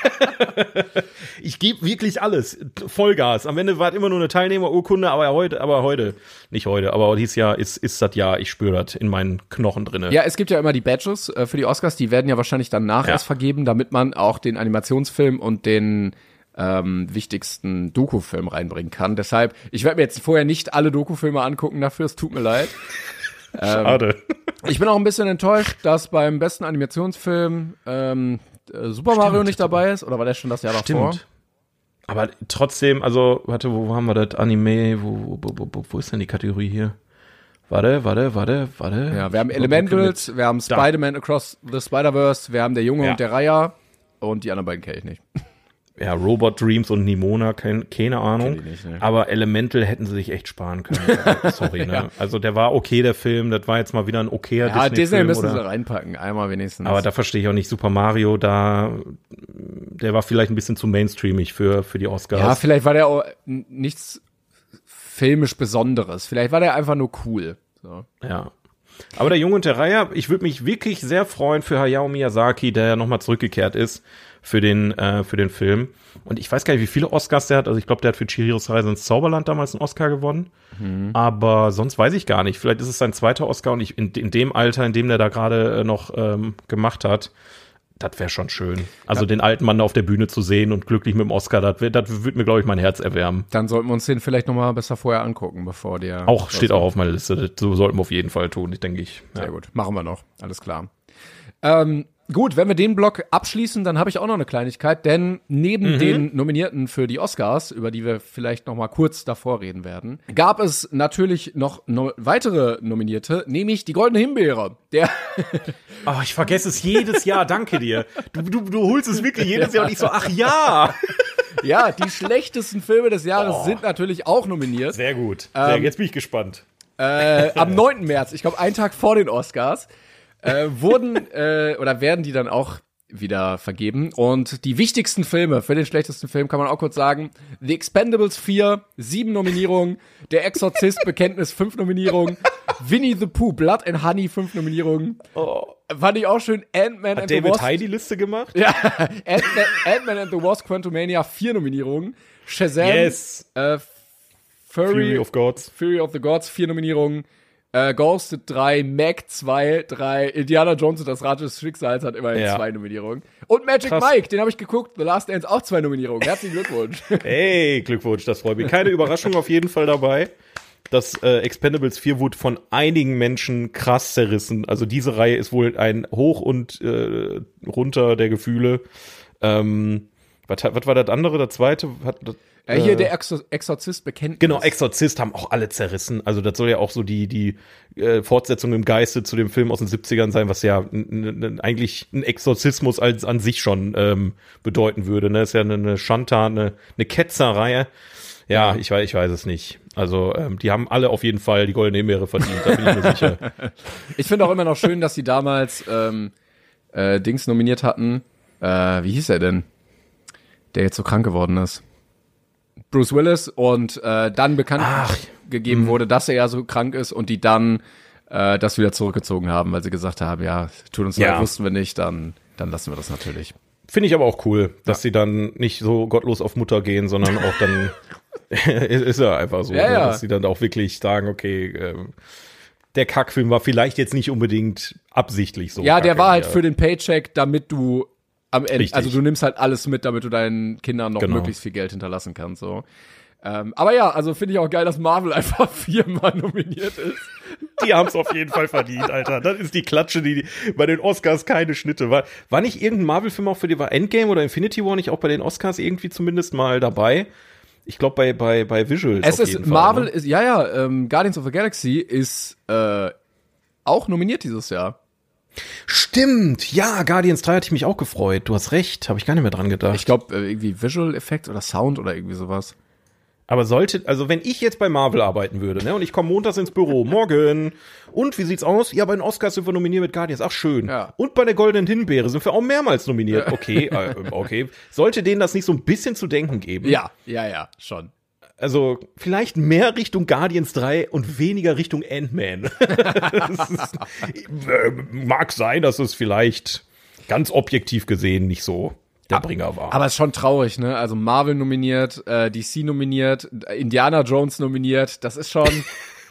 ich gebe wirklich alles, Vollgas. Am Ende war es immer nur eine Teilnehmerurkunde, aber heute, aber heute, nicht heute, aber dieses Jahr ist, ist das Jahr, ich spüre das in meinen Knochen drinne. Ja, es gibt ja immer die Badges äh, für die Oscars, die werden ja wahrscheinlich danach Ja. erst vergeben, damit man auch den Animationsfilm und den ähm, wichtigsten Dokufilm reinbringen kann. Deshalb, ich werde mir jetzt vorher nicht alle Dokufilme angucken dafür, es tut mir leid. Schade. Ich bin auch ein bisschen enttäuscht, dass beim besten Animationsfilm ähm, äh, Super Mario nicht dabei ist, oder war der schon das Jahr davor? Stimmt. Aber trotzdem, also, warte, wo haben wir das Anime? Wo, wo, wo, wo ist denn die Kategorie hier? Warte, warte, warte, warte. Ja, wir haben Elementals, wir haben Da. Spider-Man Across the Spider-Verse, wir haben Der Junge Ja. und der Raya und die anderen beiden kenne ich nicht. Ja, Robot Dreams und Nimona, kein, keine Ahnung. Kenn ich nicht, ne. Aber Elemental hätten sie sich echt sparen können. Also, sorry, ne? Ja. Also der war okay, der Film. Das war jetzt mal wieder ein okayer Ja, Disney Disney-Film. müssen oder? sie reinpacken, einmal wenigstens. Aber da verstehe ich auch nicht, Super Mario, da, der war vielleicht ein bisschen zu mainstreamig für, für die Oscars. ja, vielleicht war der auch n- nichts filmisch Besonderes. Vielleicht war der einfach nur cool. So. Ja. Aber der Junge und der Reiher, ich würde mich wirklich sehr freuen für Hayao Miyazaki, der ja nochmal zurückgekehrt ist für den, äh, für den Film. Und ich weiß gar nicht, wie viele Oscars der hat. Also ich glaube, der hat für Chihiros Reise ins Zauberland damals einen Oscar gewonnen. Mhm. Aber sonst weiß ich gar nicht. Vielleicht ist es sein zweiter Oscar und ich in, in dem Alter, in dem der da gerade äh, noch ähm, gemacht hat, das wäre schon schön. Also ja. Den alten Mann auf der Bühne zu sehen und glücklich mit dem Oscar, das würde mir, glaube ich, mein Herz erwärmen. Dann sollten wir uns den vielleicht noch mal besser vorher angucken, bevor der... Auch, steht auch auf meiner Liste. Das so sollten wir auf jeden Fall tun, ich denke ich. Sehr ja. gut, machen wir noch. Alles klar. Ähm, gut, wenn wir den Block abschließen, dann habe ich auch noch eine Kleinigkeit, denn neben mhm. den Nominierten für die Oscars, über die wir vielleicht noch mal kurz davor reden werden, gab es natürlich noch no- weitere Nominierte, nämlich die Goldene Himbeere. Der oh, ich vergesse es jedes Jahr, danke dir. Du, du, du holst es wirklich jedes Jahr und ich so, ach ja. Ja, die schlechtesten Filme des Jahres oh. sind natürlich auch nominiert. Sehr gut. Sehr, ähm, jetzt bin ich gespannt. Äh, am neunten März, ich glaube einen Tag vor den Oscars, Äh, wurden äh, oder werden die dann auch wieder vergeben. Und die wichtigsten Filme für den schlechtesten Film kann man auch kurz sagen: The Expendables vier, sieben Nominierungen, Der Exorzist, Bekenntnis, fünf Nominierungen, Winnie the Pooh, Blood and Honey, fünf Nominierungen. Oh. Fand ich auch schön. Ant-Man Hat and David the Wasp. Hai die Liste gemacht? Ja, Ant-Man, Ant-Man and the Wasp, Quantumania, vier Nominierungen. Shazam, yes. äh, Fury, Fury of Gods. Fury of the Gods, vier Nominierungen. Äh, Ghosted drei, Mac zwei, drei, Indiana Jones und das Rad des Schicksals hat immerhin ja. zwei Nominierungen. Und Magic Krass. Mike, den habe ich geguckt, The Last Dance auch zwei Nominierungen. Herzlichen Glückwunsch. Hey, Glückwunsch, das freut mich. Keine Überraschung auf jeden Fall dabei. Das äh, Expendables vier wurde von einigen Menschen krass zerrissen. Also diese Reihe ist wohl ein Hoch und äh, runter der Gefühle. Ähm, was, was war das andere, der zweite? Hat, das, Ja, hier der Exor- Exorzist Bekenntnis. Genau, Exorzist haben auch alle zerrissen. Also das soll ja auch so die die äh, Fortsetzung im Geiste zu dem Film aus den siebzigern sein, was ja n- n- eigentlich ein Exorzismus als an sich schon ähm, bedeuten würde. Ne, ist ja eine, eine Shanta, eine, eine Ketzerei. Ja, ich weiß, ich weiß es nicht. Also ähm, die haben alle auf jeden Fall die Goldene Himbeere verdient. Da bin ich mir sicher. Ich finde auch immer noch schön, dass sie damals ähm, äh, Dings nominiert hatten. Äh, wie hieß er denn? Der jetzt so krank geworden ist. Bruce Willis und äh, dann bekannt Ach, gegeben mh. wurde, dass er ja so krank ist und die dann äh, das wieder zurückgezogen haben, weil sie gesagt haben, ja, tut uns leid, ja. wussten wir nicht, dann, dann lassen wir das natürlich. Finde ich aber auch cool, dass ja. sie dann nicht so gottlos auf Mutter gehen, sondern auch dann ist ja einfach so, ja, ne, ja. dass sie dann auch wirklich sagen, okay, äh, der Kackfilm war vielleicht jetzt nicht unbedingt absichtlich so. Ja, der war halt ja. für den Paycheck, damit du am Ende, Richtig. also du nimmst halt alles mit, damit du deinen Kindern noch genau. möglichst viel Geld hinterlassen kannst, so. Ähm, aber ja, also finde ich auch geil, dass Marvel einfach viermal nominiert ist. Die haben es auf jeden Fall verdient, Alter. Das ist die Klatsche, die, die bei den Oscars keine Schnitte war. War nicht irgendein Marvel-Film auch für die, war Endgame oder Infinity War nicht auch bei den Oscars irgendwie zumindest mal dabei? Ich glaube bei, bei, bei Visuals Es auf ist, jeden Fall, Marvel ne? ist, ja, ja, ähm, Guardians of the Galaxy ist, äh, auch nominiert dieses Jahr. Stimmt, ja, Guardians drei hatte ich mich auch gefreut. Du hast recht, habe ich gar nicht mehr dran gedacht. Ich glaube, äh, irgendwie Visual Effect oder Sound oder irgendwie sowas. Aber sollte, also wenn ich jetzt bei Marvel arbeiten würde, ne, und ich komme montags ins Büro, morgen, und wie sieht's aus? Ja, bei den Oscars sind wir nominiert mit Guardians, ach schön. Ja. Und bei der Goldenen Himbeere sind wir auch mehrmals nominiert. Okay, äh, okay. Sollte denen das nicht so ein bisschen zu denken geben? Ja, ja, ja, schon. Also vielleicht mehr Richtung Guardians drei und weniger Richtung Ant-Man. Das ist, äh, mag sein, dass es vielleicht ganz objektiv gesehen nicht so der Bringer war. Aber es ist schon traurig, ne? Also Marvel nominiert, äh, D C nominiert, Indiana Jones nominiert, das ist schon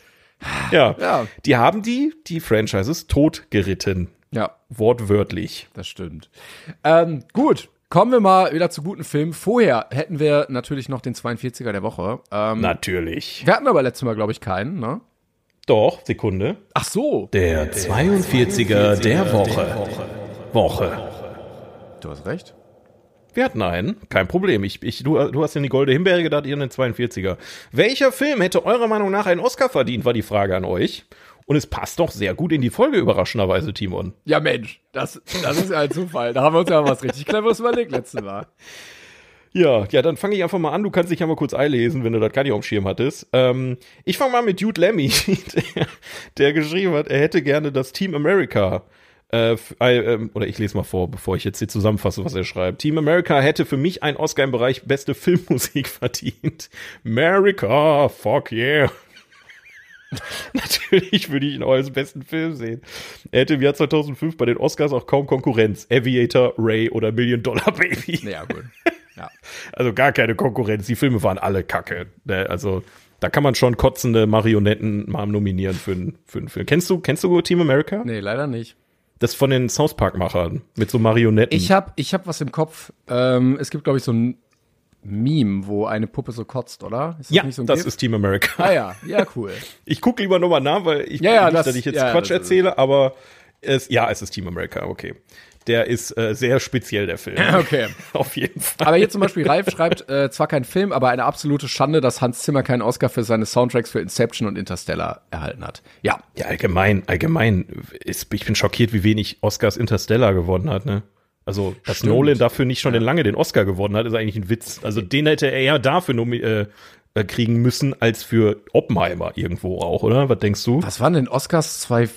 ja. ja, die haben die, die Franchises totgeritten. Ja. Wortwörtlich. Das stimmt. Ähm, gut. Kommen wir mal wieder zu guten Filmen. Vorher hätten wir natürlich noch den zweiundvierziger der Woche. Ähm, natürlich. Wir hatten aber letztes Mal, glaube ich, keinen, ne? Doch, Sekunde. Ach so. Der zweiundvierziger der Woche. Woche. Du hast recht. Wir hatten einen, kein Problem. Ich, ich, du, du hast in die Goldene Himbeere gedacht, ihr in den zweiundvierziger. Welcher Film hätte eurer Meinung nach einen Oscar verdient, war die Frage an euch. Und es passt doch sehr gut in die Folge, überraschenderweise, Timon. Ja, Mensch, das, das ist ja ein Zufall. Da haben wir uns ja was richtig Cleveres überlegt letztes Mal. Ja, ja, dann fange ich einfach mal an. Du kannst dich ja mal kurz einlesen, wenn du das gar nicht auf dem Schirm hattest. Ähm, ich fange mal mit Jude Lemmy, der, der geschrieben hat, er hätte gerne das Team America Äh, äh, oder ich lese mal vor, bevor ich jetzt hier zusammenfasse, was er schreibt. Team America hätte für mich einen Oscar im Bereich beste Filmmusik verdient. America, fuck yeah. Natürlich würde ich ihn auch als besten Film sehen. Er hätte im Jahr zweitausendfünf bei den Oscars auch kaum Konkurrenz. Aviator, Ray oder Million Dollar Baby. Ja, gut. Ja. Also gar keine Konkurrenz. Die Filme waren alle kacke. Ne? Also da kann man schon kotzende Marionetten mal nominieren für einen, für einen Film. Kennst du, kennst du Team America? Nee, leider nicht. Das von den South Park-Machern mit so Marionetten. Ich hab, ich hab was im Kopf. Ähm, es gibt, glaube ich, so ein Meme, wo eine Puppe so kotzt, oder? Ist das ja, nicht so ein das Gift? ist Team America. Ah ja, ja, cool. Ich gucke lieber nochmal nach, weil ich Ja, ja, nicht, das- dass ich jetzt ja, Quatsch das ist erzähle, aber es, ja, es ist Team America, okay. Der ist äh, sehr speziell, der Film. Okay. Auf jeden Fall. Aber hier zum Beispiel Ralf schreibt, äh, zwar kein Film, aber eine absolute Schande, dass Hans Zimmer keinen Oscar für seine Soundtracks für Inception und Interstellar erhalten hat. Ja. Ja, allgemein, allgemein, ist, ich bin schockiert, wie wenig Oscars Interstellar gewonnen hat, ne? Also, dass Stimmt. Nolan dafür nicht schon lange den Oscar gewonnen hat, ist eigentlich ein Witz. Also, den hätte er ja dafür nomi- äh, äh, kriegen müssen, als für Oppenheimer irgendwo auch, oder? Was denkst du? Was waren denn Oscars zwanzig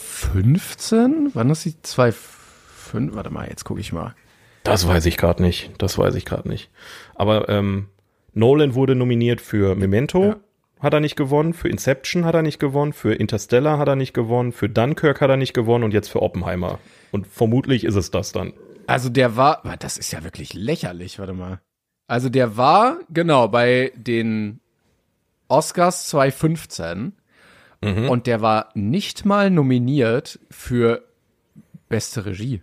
fünfzehn? Wann ist die zwanzig fünf? Warte mal, jetzt gucke ich mal. Das weiß ich gerade nicht. Das weiß ich gerade nicht. Aber ähm, Nolan wurde nominiert für Memento, Ja. hat er nicht gewonnen. Für Inception hat er nicht gewonnen. Für Interstellar hat er nicht gewonnen. Für Dunkirk hat er nicht gewonnen. Und jetzt für Oppenheimer. Und vermutlich ist es das dann. Also der war, das ist ja wirklich lächerlich, warte mal. Also der war, genau, bei den Oscars zwanzig fünfzehn Mhm. und der war nicht mal nominiert für beste Regie.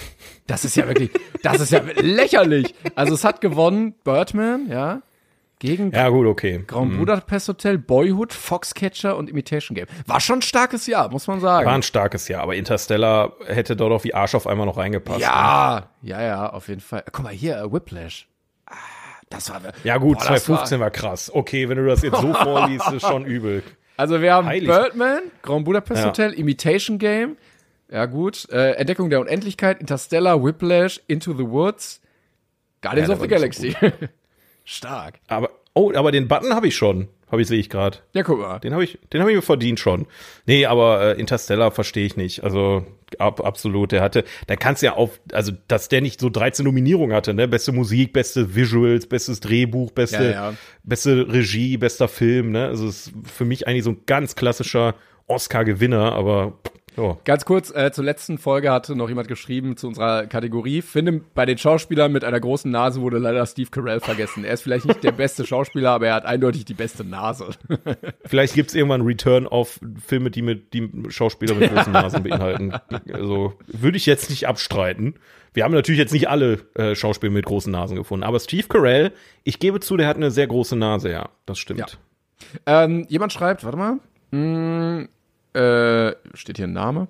Das ist ja wirklich, das ist ja lächerlich. Also es hat gewonnen Birdman, ja, gegen Ja, gut, okay. Grand Budapest Hotel, Boyhood, Foxcatcher und Imitation Game. War schon ein starkes Jahr, muss man sagen. War ein starkes Jahr, aber Interstellar hätte dort auch wie Arsch auf einmal noch reingepasst. Ne? Ja, ja, ja, auf jeden Fall. Guck mal hier, äh, Whiplash. Ah, das war. Ja gut, Boah, das zwanzig fünfzehn war, war krass. Okay, wenn du das jetzt so vorliest, ist schon übel. Also wir haben Heilig. Birdman, Grand Budapest Ja. Hotel, Imitation Game. Ja gut, äh, Entdeckung der Unendlichkeit, Interstellar, Whiplash, Into the Woods, Guardians Ja, of the der war nicht so Galaxy. Stark. Aber, oh, aber den Button habe ich schon. Habe ich, sehe ich gerade. Ja, guck mal. Den habe ich, den habe ich mir verdient schon. Nee, aber äh, Interstellar verstehe ich nicht. Also ab, absolut. Der hatte, da kannst du ja auf, also dass der nicht so dreizehn Nominierungen hatte, ne? Beste Musik, beste Visuals, bestes Drehbuch, beste, Ja, ja. beste Regie, bester Film, ne? Also es ist für mich eigentlich so ein ganz klassischer Oscar-Gewinner, aber ja. Ganz kurz, äh, zur letzten Folge hatte noch jemand geschrieben zu unserer Kategorie. Finde, bei den Schauspielern mit einer großen Nase wurde leider Steve Carell vergessen. Er ist vielleicht nicht der beste Schauspieler, aber er hat eindeutig die beste Nase. Vielleicht gibt's irgendwann einen Return auf Filme, die mit die Schauspieler mit großen Nasen beinhalten. Also würde ich jetzt nicht abstreiten. Wir haben natürlich jetzt nicht alle äh, Schauspieler mit großen Nasen gefunden, aber Steve Carell, ich gebe zu, der hat eine sehr große Nase, ja, das stimmt. Ja. ähm, jemand schreibt, warte mal, mm, äh, steht hier ein Name?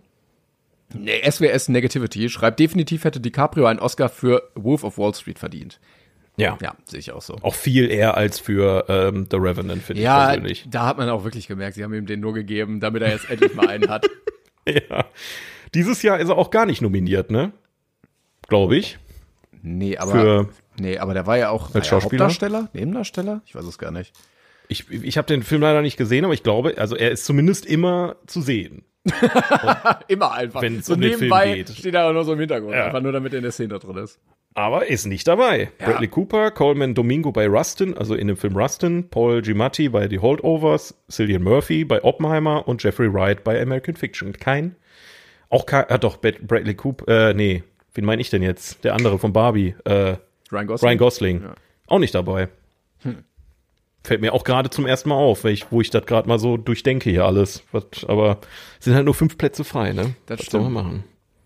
Nee, S W S Negativity schreibt, definitiv hätte DiCaprio einen Oscar für Wolf of Wall Street verdient. Ja. Ja, sehe ich auch so. Auch viel eher als für ähm, The Revenant, finde ich Ja, persönlich. da hat man auch wirklich gemerkt, sie haben ihm den nur gegeben, damit er jetzt endlich mal einen hat. Ja. Dieses Jahr ist er auch gar nicht nominiert, ne? Glaube ich. Nee, aber, Für- nee, aber der war ja auch war ja Schauspieler? Hauptdarsteller, Nebendarsteller? Ich weiß es gar nicht. Ich, ich habe den Film leider nicht gesehen, aber ich glaube, also er ist zumindest immer zu sehen. Immer einfach. Wenn's so um den Film nebenbei geht. steht er auch nur so im Hintergrund, Ja. einfach nur damit er in der Szene drin ist. Aber ist nicht dabei. Ja. Bradley Cooper, Coleman Domingo bei Rustin, also in dem Film Rustin, Paul Giamatti bei The Holdovers, Cillian Murphy bei Oppenheimer und Jeffrey Wright bei American Fiction. Kein, auch kein, ah doch, Bradley Cooper, äh, nee, wen meine ich denn jetzt? Der andere von Barbie, äh, Ryan Gosling. Ryan Gosling. Ja. Auch nicht dabei. Fällt mir auch gerade zum ersten Mal auf, weil ich, wo ich das gerade mal so durchdenke hier alles. Was, aber es sind halt nur fünf Plätze frei, ne? Das Was stimmt. soll man machen?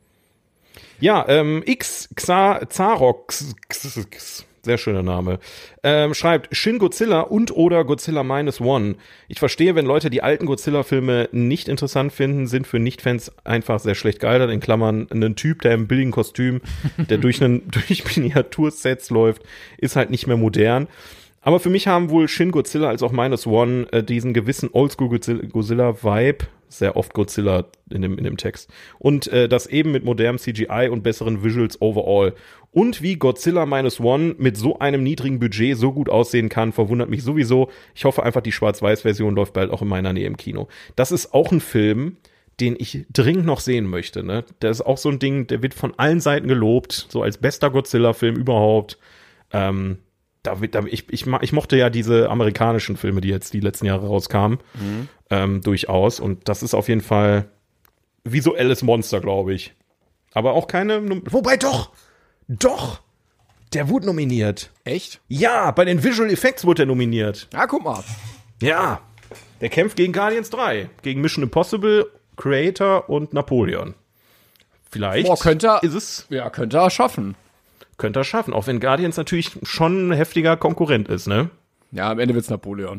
Ja, ähm, X Xa, Xarox, X, X, sehr schöner Name, ähm, schreibt Shin Godzilla und oder Godzilla Minus One. Ich verstehe, wenn Leute die alten Godzilla-Filme nicht interessant finden, sind für Nicht-Fans einfach sehr schlecht gealtert. In Klammern, ein Typ, der im billigen Kostüm, der durch einen durch Miniatursets läuft, ist halt nicht mehr modern. Aber für mich haben wohl Shin Godzilla als auch Minus One äh, diesen gewissen Oldschool-Godzilla-Vibe, sehr oft Godzilla in dem, in dem Text, und äh, das eben mit modernem C G I und besseren Visuals overall. Und wie Godzilla Minus One mit so einem niedrigen Budget so gut aussehen kann, verwundert mich sowieso. Ich hoffe einfach, die Schwarz-Weiß-Version läuft bald auch in meiner Nähe im Kino. Das ist auch ein Film, den ich dringend noch sehen möchte. Ne? Das ist auch so ein Ding, der wird von allen Seiten gelobt, so als bester Godzilla-Film überhaupt. Ähm, da, da, ich, ich, ich mochte ja diese amerikanischen Filme, die jetzt die letzten Jahre rauskamen, mhm. ähm, durchaus. Und das ist auf jeden Fall visuelles Monster, glaube ich. Aber auch keine, wobei doch, doch, der wurde nominiert. Echt? Ja, bei den Visual Effects wurde er nominiert. Ah, guck mal. Ja, der kämpft gegen Guardians drei, gegen Mission Impossible, Creator und Napoleon. Vielleicht Boah, könnte er, ist es. Ja, könnte er schaffen. Könnte er schaffen, auch wenn Guardians natürlich schon ein heftiger Konkurrent ist, ne? Ja, am Ende wird's Napoleon.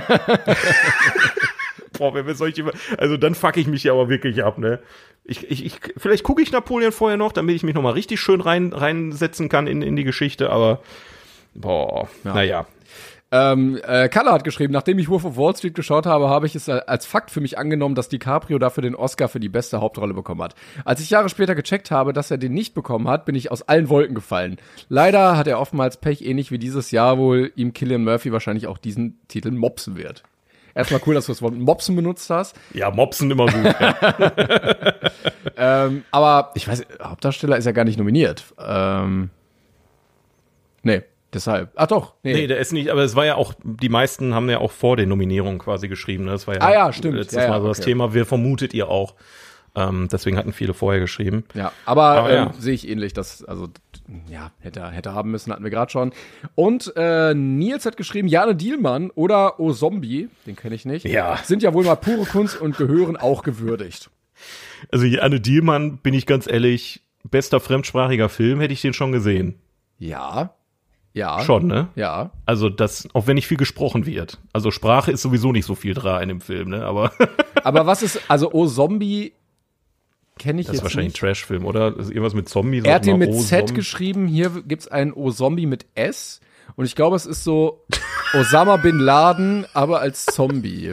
Boah, wenn wir solche, also dann fuck ich mich ja aber wirklich ab, ne? Ich, ich, ich, vielleicht gucke ich Napoleon vorher noch, damit ich mich nochmal richtig schön rein, reinsetzen kann in, in die Geschichte, aber boah, ja. naja. Ähm, äh, Kalle hat geschrieben, nachdem ich Wolf of Wall Street geschaut habe, habe ich es als Fakt für mich angenommen, dass DiCaprio dafür den Oscar für die beste Hauptrolle bekommen hat. Als ich Jahre später gecheckt habe, dass er den nicht bekommen hat, bin ich aus allen Wolken gefallen. Leider hat er oftmals Pech, ähnlich wie dieses Jahr wohl ihm Cillian Murphy wahrscheinlich auch diesen Titel mopsen wird. Erstmal cool, dass du das Wort Mopsen benutzt hast. Ja, Mopsen immer gut. Ja. ähm, aber ich weiß, Hauptdarsteller ist ja gar nicht nominiert. Ähm, nee. Deshalb. Ach doch. Nee. nee, der ist nicht, aber es war ja auch, die meisten haben ja auch vor den Nominierungen quasi geschrieben. Ne? Das war ja, ah ja, stimmt. letztes ja, ja, Mal so okay. das Thema, wir vermutet ihr auch. Ähm, deswegen hatten viele vorher geschrieben. Ja, aber, aber ähm, ja. sehe ich ähnlich. Das, also, ja, hätte, hätte haben müssen, hatten wir gerade schon. Und äh, Nils hat geschrieben, Jane Dielmann oder O Zombie, den kenne ich nicht, ja. sind ja wohl mal pure Kunst und gehören auch gewürdigt. Also Jane Dielmann, bin ich ganz ehrlich, bester fremdsprachiger Film, hätte ich den schon gesehen. Ja. Ja. Schon, ne? Ja. Also das, auch wenn nicht viel gesprochen wird. Also Sprache ist sowieso nicht so viel dran in dem Film, ne? Aber Aber was ist, also O Zombie kenne ich das jetzt nicht. Das ist wahrscheinlich ein Trashfilm, oder? Das ist irgendwas mit Zombies. Er hat den mit O Z Zombie. geschrieben, hier gibt's einen O Zombie mit S und ich glaube, es ist so Osama Bin Laden, aber als Zombie.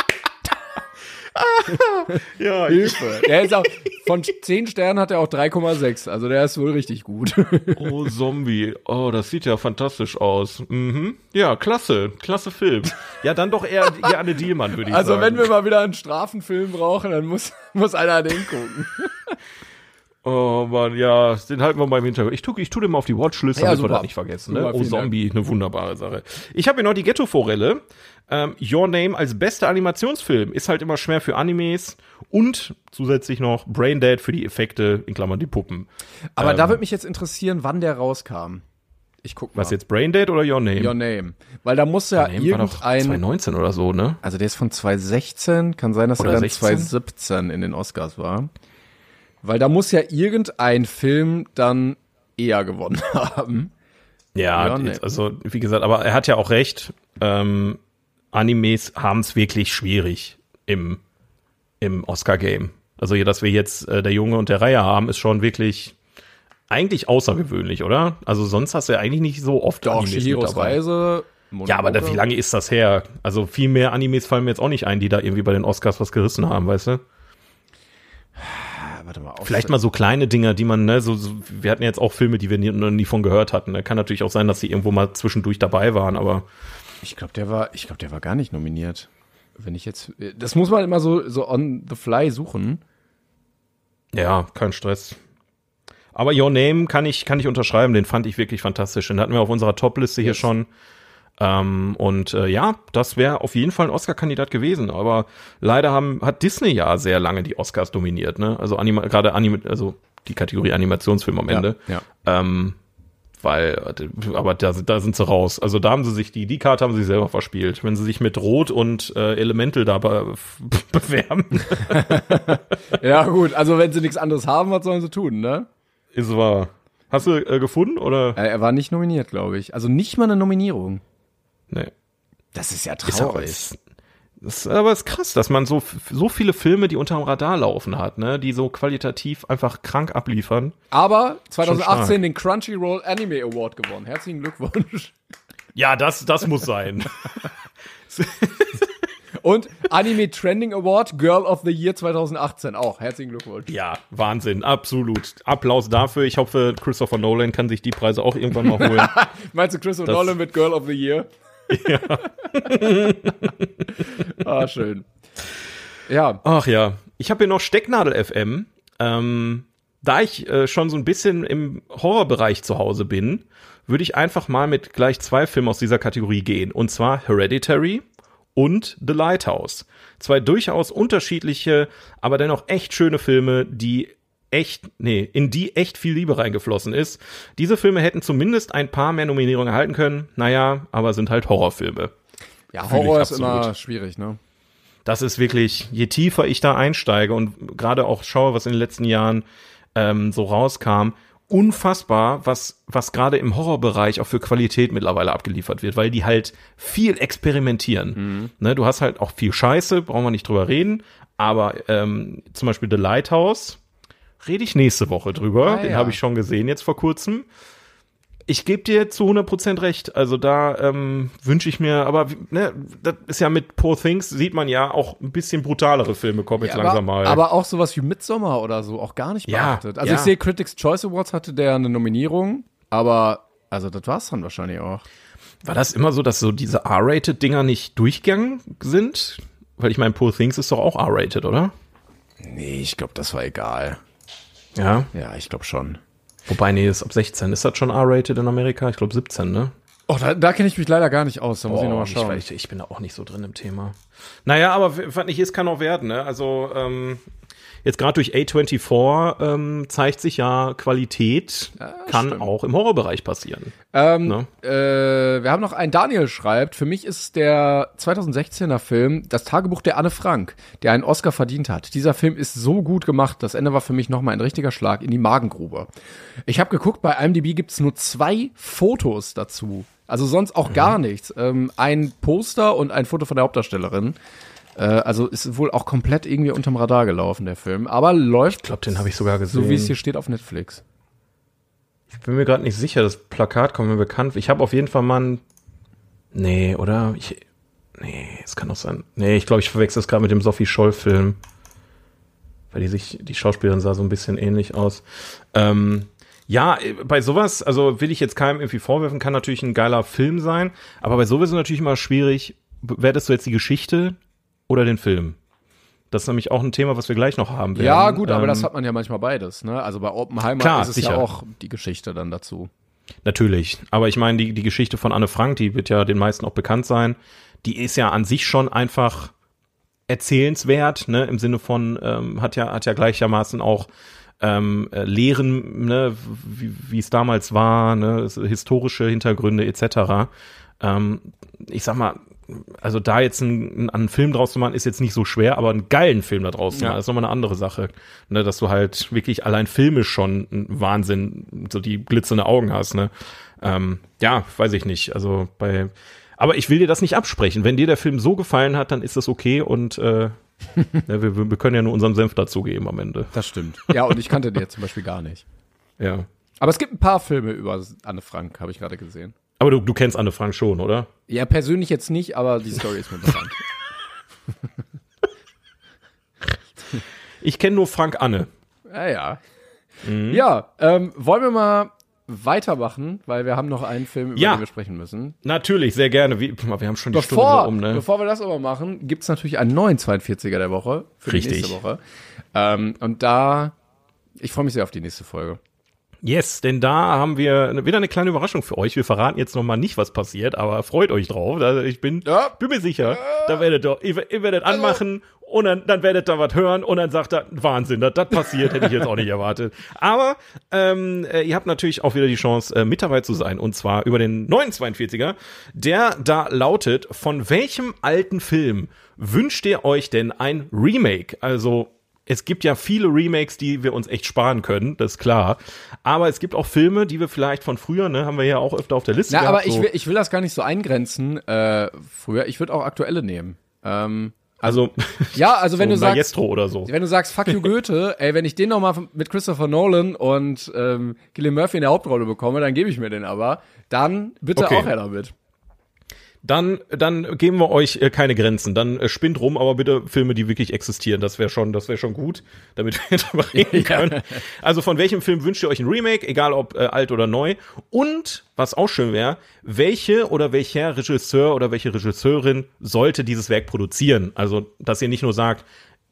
Ja, Hilfe. Der ist auch, von zehn Sternen hat er auch drei Komma sechs, also der ist wohl richtig gut. Oh, Zombie. Oh, das sieht ja fantastisch aus. Mhm. Ja, klasse. Klasse Film. Ja, dann doch eher Jane Dielmann, würde ich also sagen. wenn wir mal wieder einen Strafenfilm brauchen, dann muss, muss einer den gucken. Oh Mann, ja, den halten wir mal im Hintergrund. Ich tue ich tu den mal auf die Watchlist, damit Ja, wir das nicht vergessen. Ne? Super, Oh, vielen Zombie, eine wunderbare Sache. Ich habe hier noch die Ghetto-Forelle. Ähm, Your Name als bester Animationsfilm ist halt immer schwer für Animes und zusätzlich noch Braindead für die Effekte, in Klammern die Puppen. Aber ähm, da würde mich jetzt interessieren, wann der rauskam. Ich guck mal. Was jetzt, Braindead oder Your Name? Your Name. Weil da muss ja Your Name war doch irgendein... zwanzig neunzehn oder so, ne? Also der ist von zwanzig sechzehn, kann sein, dass Oder er dann sechzehn? zwanzig siebzehn in den Oscars war. Weil da muss ja irgendein Film dann eher gewonnen haben. Ja, Ja, nee. also wie gesagt, aber er hat ja auch recht, ähm, Animes haben es wirklich schwierig im, im Oscar-Game. Also hier, dass wir jetzt äh, der Junge und der Reihe haben, ist schon wirklich eigentlich außergewöhnlich, oder? Also sonst hast du ja eigentlich nicht so oft Doch, Animes mit Chihiros dabei. Reise. Ja, aber da, wie lange ist das her? Also viel mehr Animes fallen mir jetzt auch nicht ein, die da irgendwie bei den Oscars was gerissen haben, weißt du? Warte mal, Vielleicht mal so kleine Dinger, die man, ne, so, so wir hatten jetzt auch Filme, die wir nie, noch nie von gehört hatten. Ne? Kann natürlich auch sein, dass sie irgendwo mal zwischendurch dabei waren, aber Ich glaube, der war, ich glaube, der war gar nicht nominiert. Wenn ich jetzt, das muss man immer so, so on the fly suchen. ja, kein Stress. Aber Your Name kann ich, kann ich unterschreiben, den fand ich wirklich fantastisch. Den hatten wir auf unserer Top-Liste hier Yes. schon. Ähm, und äh, ja, das wäre auf jeden Fall ein Oscar-Kandidat gewesen. Aber leider haben, hat Disney ja sehr lange die Oscars dominiert, ne? Also Anima- gerade Anima- also die Kategorie Animationsfilm am Ende. Ja, Ähm, weil, aber da, da sind sie raus. Also da haben sie sich, die, die Karte haben sie selber verspielt. Wenn sie sich mit Rot und äh, Elemental da be- bewerben, ja, gut, also wenn sie nichts anderes haben, was sollen sie tun, ne? ist wahr. Hast du äh, gefunden, oder? Äh, Er war nicht nominiert, glaube ich. Also nicht mal eine Nominierung. Nee. Das ist ja Ist aber, ist, ist, aber ist krass, dass man so, so viele Filme, die unterm Radar laufen hat, ne, die so qualitativ einfach krank abliefern. Aber zwanzig achtzehn stark. den Crunchyroll Anime Award gewonnen. Herzlichen Glückwunsch. Ja, das, das muss sein. Und Anime Trending Award Girl of the Year zwanzig achtzehn auch. Herzlichen Glückwunsch. Ja, Wahnsinn, absolut. Applaus dafür. Ich hoffe, Christopher Nolan kann sich die Preise auch irgendwann mal holen. Meinst du, Chris Das- Nolan wird Girl of the Year? Ja. Ah, schön. Ja, Ach ja, ich habe hier noch Stecknadel F M. Ähm, da ich äh, schon so ein bisschen im Horrorbereich zu Hause bin, würde ich einfach mal mit gleich zwei Filmen aus dieser Kategorie gehen. Und zwar Hereditary und The Lighthouse. Zwei durchaus unterschiedliche, aber dennoch echt schöne Filme, die echt, nee, in die echt viel Liebe reingeflossen ist. Diese Filme hätten zumindest ein paar mehr Nominierungen erhalten können. Naja, aber sind halt Horrorfilme. Ja, Fühl Horror ich ist absolut. immer schwierig, ne? Das ist wirklich, je tiefer ich da einsteige und gerade auch schaue, was in den letzten Jahren ähm, so rauskam, unfassbar, was was gerade im Horrorbereich auch für Qualität mittlerweile abgeliefert wird, weil die halt viel experimentieren. Mhm. Ne, du hast halt auch viel Scheiße, brauchen wir nicht drüber reden, aber ähm, zum Beispiel The Lighthouse rede ich nächste Woche drüber, ah, den ja. habe ich schon gesehen jetzt vor kurzem. Ich gebe dir zu hundert Prozent recht, also da ähm, wünsche ich mir, aber ne, das ist ja mit Poor Things, sieht man ja auch ein bisschen brutalere Filme kommen jetzt Ja, langsam aber, mal. aber auch sowas wie Midsommar oder so auch gar nicht Ja, beachtet. Also ja. ich sehe, Critics' Choice Awards hatte der eine Nominierung, aber also das war's dann wahrscheinlich auch. War das immer so, dass so diese R-Rated-Dinger nicht durchgegangen sind? Weil ich meine, Poor Things ist doch auch R-Rated, oder? Nee, ich glaube, das war egal. Ja. Ja, ich glaube schon. Wobei, nee, ist ab sechzehn. Ist das schon R-Rated in Amerika? Ich glaube siebzehn, ne? Oh, da, da kenne ich mich leider gar nicht aus. Da muss ich nochmal nicht, schauen. weil ich, ich bin da auch nicht so drin im Thema. Naja, aber fand ich, es kann auch werden, ne? Also, ähm, jetzt gerade durch A vierundzwanzig ähm, zeigt sich ja, Qualität Ja, kann stimmt. auch im Horrorbereich passieren. Ähm, Ne? äh, wir haben noch einen, Daniel schreibt, für mich ist der zweitausendsechzehner Film Das Tagebuch der Anne Frank, der einen Oscar verdient hat. Dieser Film ist so gut gemacht, das Ende war für mich nochmal ein richtiger Schlag in die Magengrube. Ich habe geguckt, bei I M D B gibt's nur zwei Fotos dazu. Also sonst auch gar nichts. Ähm, ein Poster und ein Foto von der Hauptdarstellerin. Äh, also ist wohl auch komplett irgendwie unterm Radar gelaufen, der Film. Aber läuft, Ich glaube, den habe ich sogar gesehen. so wie es hier steht, auf Netflix. Ich bin mir gerade nicht sicher, das Plakat kommt mir bekannt. Ich habe auf jeden Fall mal ein... Nee, oder? Ich... Nee, es kann doch sein. Nee, ich glaube, ich verwechsel es gerade mit dem Sophie Scholl-Film. Weil die sich, die Schauspielerin sah so ein bisschen ähnlich aus. Ähm, ja, bei sowas, also will ich jetzt keinem irgendwie vorwerfen, kann natürlich ein geiler Film sein, aber bei sowas ist es natürlich immer schwierig, bewertest du jetzt die Geschichte oder den Film? Das ist nämlich auch ein Thema, was wir gleich noch haben werden. Ja, gut, aber ähm, das hat man ja manchmal beides, ne? Also bei Oppenheimer Klar, ist es sicher. ja auch die Geschichte dann dazu. Natürlich, aber ich meine, die, die Geschichte von Anne Frank, die wird ja den meisten auch bekannt sein, die ist ja an sich schon einfach erzählenswert, ne, im Sinne von, ähm, hat ja, hat ja gleichermaßen auch ähm, äh, Lehren, ne, wie, wie es damals war, ne, historische Hintergründe et cetera. Ähm, ich sag mal, also da jetzt einen, einen Film draus zu machen, ist jetzt nicht so schwer, aber einen geilen Film da draus zu machen, Ja. ist nochmal eine andere Sache. Ne, dass du halt wirklich allein filmisch schon einen Wahnsinn, so die glitzernde Augen hast, ne. Ähm, ja, weiß ich nicht. Also bei, aber ich will dir das nicht absprechen. Wenn dir der Film so gefallen hat, dann ist das okay und äh, ja, wir, wir können ja nur unseren Senf dazugeben am Ende. Das stimmt. Ja, und ich kannte den jetzt zum Beispiel gar nicht. Ja. Aber es gibt ein paar Filme über Anne Frank, habe ich gerade gesehen. Aber du, du kennst Anne Frank schon, oder? Ja, persönlich jetzt nicht, aber die Story ist mir bekannt. Ich kenne nur Frank Anne. Ja, ja. Mhm. Ja, ähm, wollen wir mal weitermachen, weil wir haben noch einen Film, über Ja. den wir sprechen müssen. Natürlich, sehr gerne. Wie, wir haben schon die Stunde Bevor, wieder um, ne? bevor wir das aber machen, gibt's natürlich einen neuen zweiundvierziger der Woche für Richtig. die nächste Woche. Ähm, und da, ich freue mich sehr auf die nächste Folge. Yes, denn da haben wir wieder eine kleine Überraschung für euch. Wir verraten jetzt noch mal nicht, was passiert, aber freut euch drauf. Also ich bin, Ja. bin mir sicher, da werdet ihr, ihr, ihr werdet anmachen und dann, dann werdet ihr was hören und dann sagt ihr, Wahnsinn, dass das passiert, hätte ich jetzt auch nicht erwartet. Aber ähm, äh, ihr habt natürlich auch wieder die Chance, äh, mit dabei zu sein und zwar über den neuen zweiundvierziger, der da lautet, von welchem alten Film wünscht ihr euch denn ein Remake? Also es gibt ja viele Remakes, die wir uns echt sparen können, das ist klar. Aber es gibt auch Filme, die wir vielleicht von früher, ne, haben wir ja auch öfter auf der Liste Na, gehabt. aber ich so. will, ich will das gar nicht so eingrenzen, äh, früher. Ich würde auch aktuelle nehmen. Ähm, Also, ja, also wenn so du sagst, Maestro oder so. wenn du sagst, fuck you Goethe, ey, wenn ich den noch mal mit Christopher Nolan und ähm, Cillian Murphy in der Hauptrolle bekomme, dann gebe ich mir den aber. Dann bitte Okay. auch her damit. Dann, dann geben wir euch äh, keine Grenzen. Dann äh, spinnt rum, aber bitte Filme, die wirklich existieren. Das wäre schon, das wäre schon gut, damit wir darüber reden können. Also von welchem Film wünscht ihr euch ein Remake, egal ob äh, alt oder neu? Und was auch schön wäre, welche oder welcher Regisseur oder welche Regisseurin sollte dieses Werk produzieren? Also, dass ihr nicht nur sagt,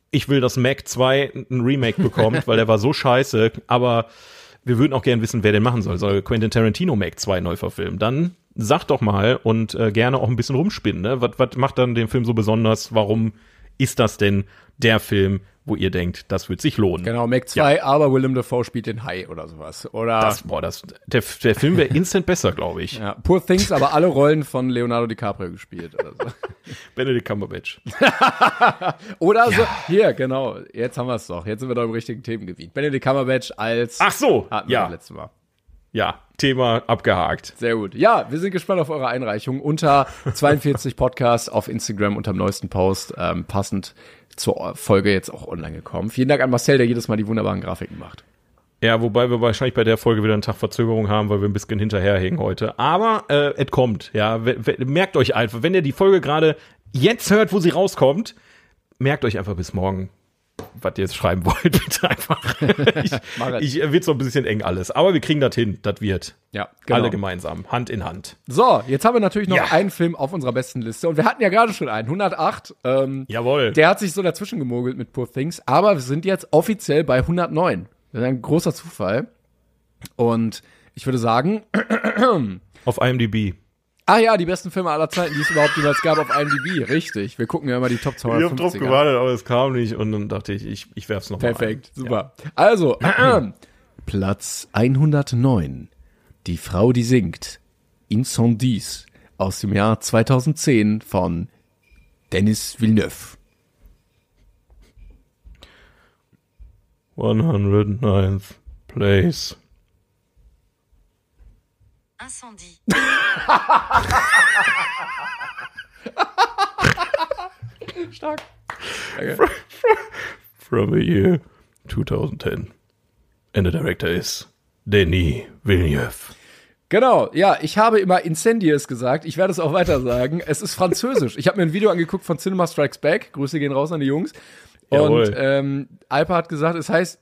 ich will, dass Mac zwei ein Remake bekommt, weil der war so scheiße, aber wir würden auch gerne wissen, wer den machen soll. Soll Quentin Tarantino Mac zwei neu verfilmen? Dann sag doch mal und äh, gerne auch ein bisschen rumspinnen. Ne? Was, was macht dann den Film so besonders? Warum ist das denn der Film, wo ihr denkt, das wird sich lohnen? Genau, Mac zwei, Ja. aber Willem Dafoe spielt den Hai oder sowas. Oder Das, boah, das, der, der Film wäre instant besser, glaube ich. ja, Poor Things, aber alle Rollen von Leonardo DiCaprio gespielt oder so. Benedict Cumberbatch. Oder so, hier, genau, jetzt haben wir es doch. Jetzt sind wir doch im richtigen Themengebiet. Benedict Cumberbatch als Ach so, hatten wir ja. das letzte Mal. Ja, Thema abgehakt. Sehr gut. Ja, wir sind gespannt auf eure Einreichung unter zweiundvierzig Podcast auf Instagram unterm neuesten Post, ähm, passend zur Folge jetzt auch online gekommen. Vielen Dank an Marcel, der jedes Mal die wunderbaren Grafiken macht. Ja, wobei wir wahrscheinlich bei der Folge wieder einen Tag Verzögerung haben, weil wir ein bisschen hinterherhängen heute. Aber äh, es kommt, ja. W- w- merkt euch einfach, wenn ihr die Folge gerade jetzt hört, wo sie rauskommt, merkt euch einfach bis morgen, was ihr jetzt schreiben wollt, bitte einfach. ich Mach es. ich äh, wird so ein bisschen eng alles, aber wir kriegen das hin. Das wird. Ja, genau. Alle gemeinsam, Hand in Hand. So, jetzt haben wir natürlich noch Ja. einen Film auf unserer besten Liste. Und wir hatten ja gerade schon einen, hundertacht. Ähm, Jawohl. Der hat sich so dazwischen gemogelt mit Poor Things. Aber wir sind jetzt offiziell bei hundertneun. Das ist ein großer Zufall. Und ich würde sagen, Auf I M D B. ah ja, die besten Filme aller Zeiten, die es überhaupt jemals gab auf I M D B. Richtig. Wir gucken ja immer die Top Ich hab drauf zweihundertfünfziger. gewartet, aber es kam nicht und dann dachte ich, ich, ich werf's noch Perfekt, mal ein. super. Also, Platz hundertneun. Die Frau, die singt. Incendies aus dem Jahr zweitausendzehn von Denis Villeneuve. Ja. hundertneunth place. Incendie. Stark. From the year twenty ten. And the director is Denis Villeneuve. Genau, ja, ich habe immer Incendies gesagt. Ich werde es auch weiter sagen. Es ist französisch. Ich habe mir ein Video angeguckt von Cinema Strikes Back. Grüße gehen raus an die Jungs. Jawohl. Und ähm, Alpa hat gesagt, es heißt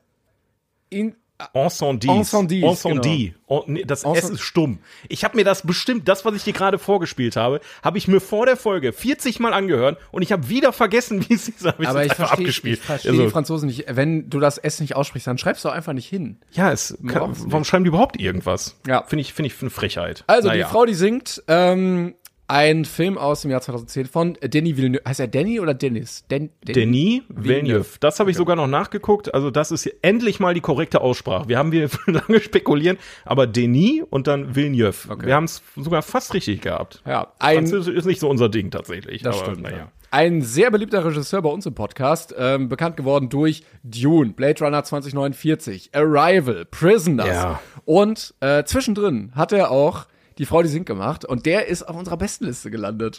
in, Encendies. Encendies, Encendie. En- nee, das S Encen- ist stumm. Ich habe mir das bestimmt, das, was ich dir gerade vorgespielt habe, habe ich mir vor der Folge vierzig Mal angehört und ich habe wieder vergessen, wie es ist. Hab aber ich einfach verstehe abgespielt. ich verstehe Also, die Franzosen nicht. Wenn du das S nicht aussprichst, dann schreibst du einfach nicht hin. ja, es kann, Braucht's nicht. warum schreiben die überhaupt irgendwas? Ja. Finde ich, finde ich eine Frechheit. Also, Naja. die Frau, die singt, ähm, ein Film aus dem Jahr zweitausendzehn von Denis Villeneuve. Heißt er Danny oder Dennis? Den, Den- Denis Villeneuve. Das habe ich sogar noch nachgeguckt. Also das ist endlich mal die korrekte Aussprache. Wir haben hier lange spekulieren, aber Denis und dann Villeneuve. Okay. Wir haben es sogar fast richtig gehabt. Ja, ein, Französisch ist nicht so unser Ding tatsächlich. das aber, stimmt. naja. Ja. Ein sehr beliebter Regisseur bei uns im Podcast, ähm, bekannt geworden durch Dune, Blade Runner zwanzig neunundvierzig, Arrival, Prisoners. Ja. Und äh, zwischendrin hat er auch Die Frau, die singt gemacht. Und der ist auf unserer Bestenliste gelandet.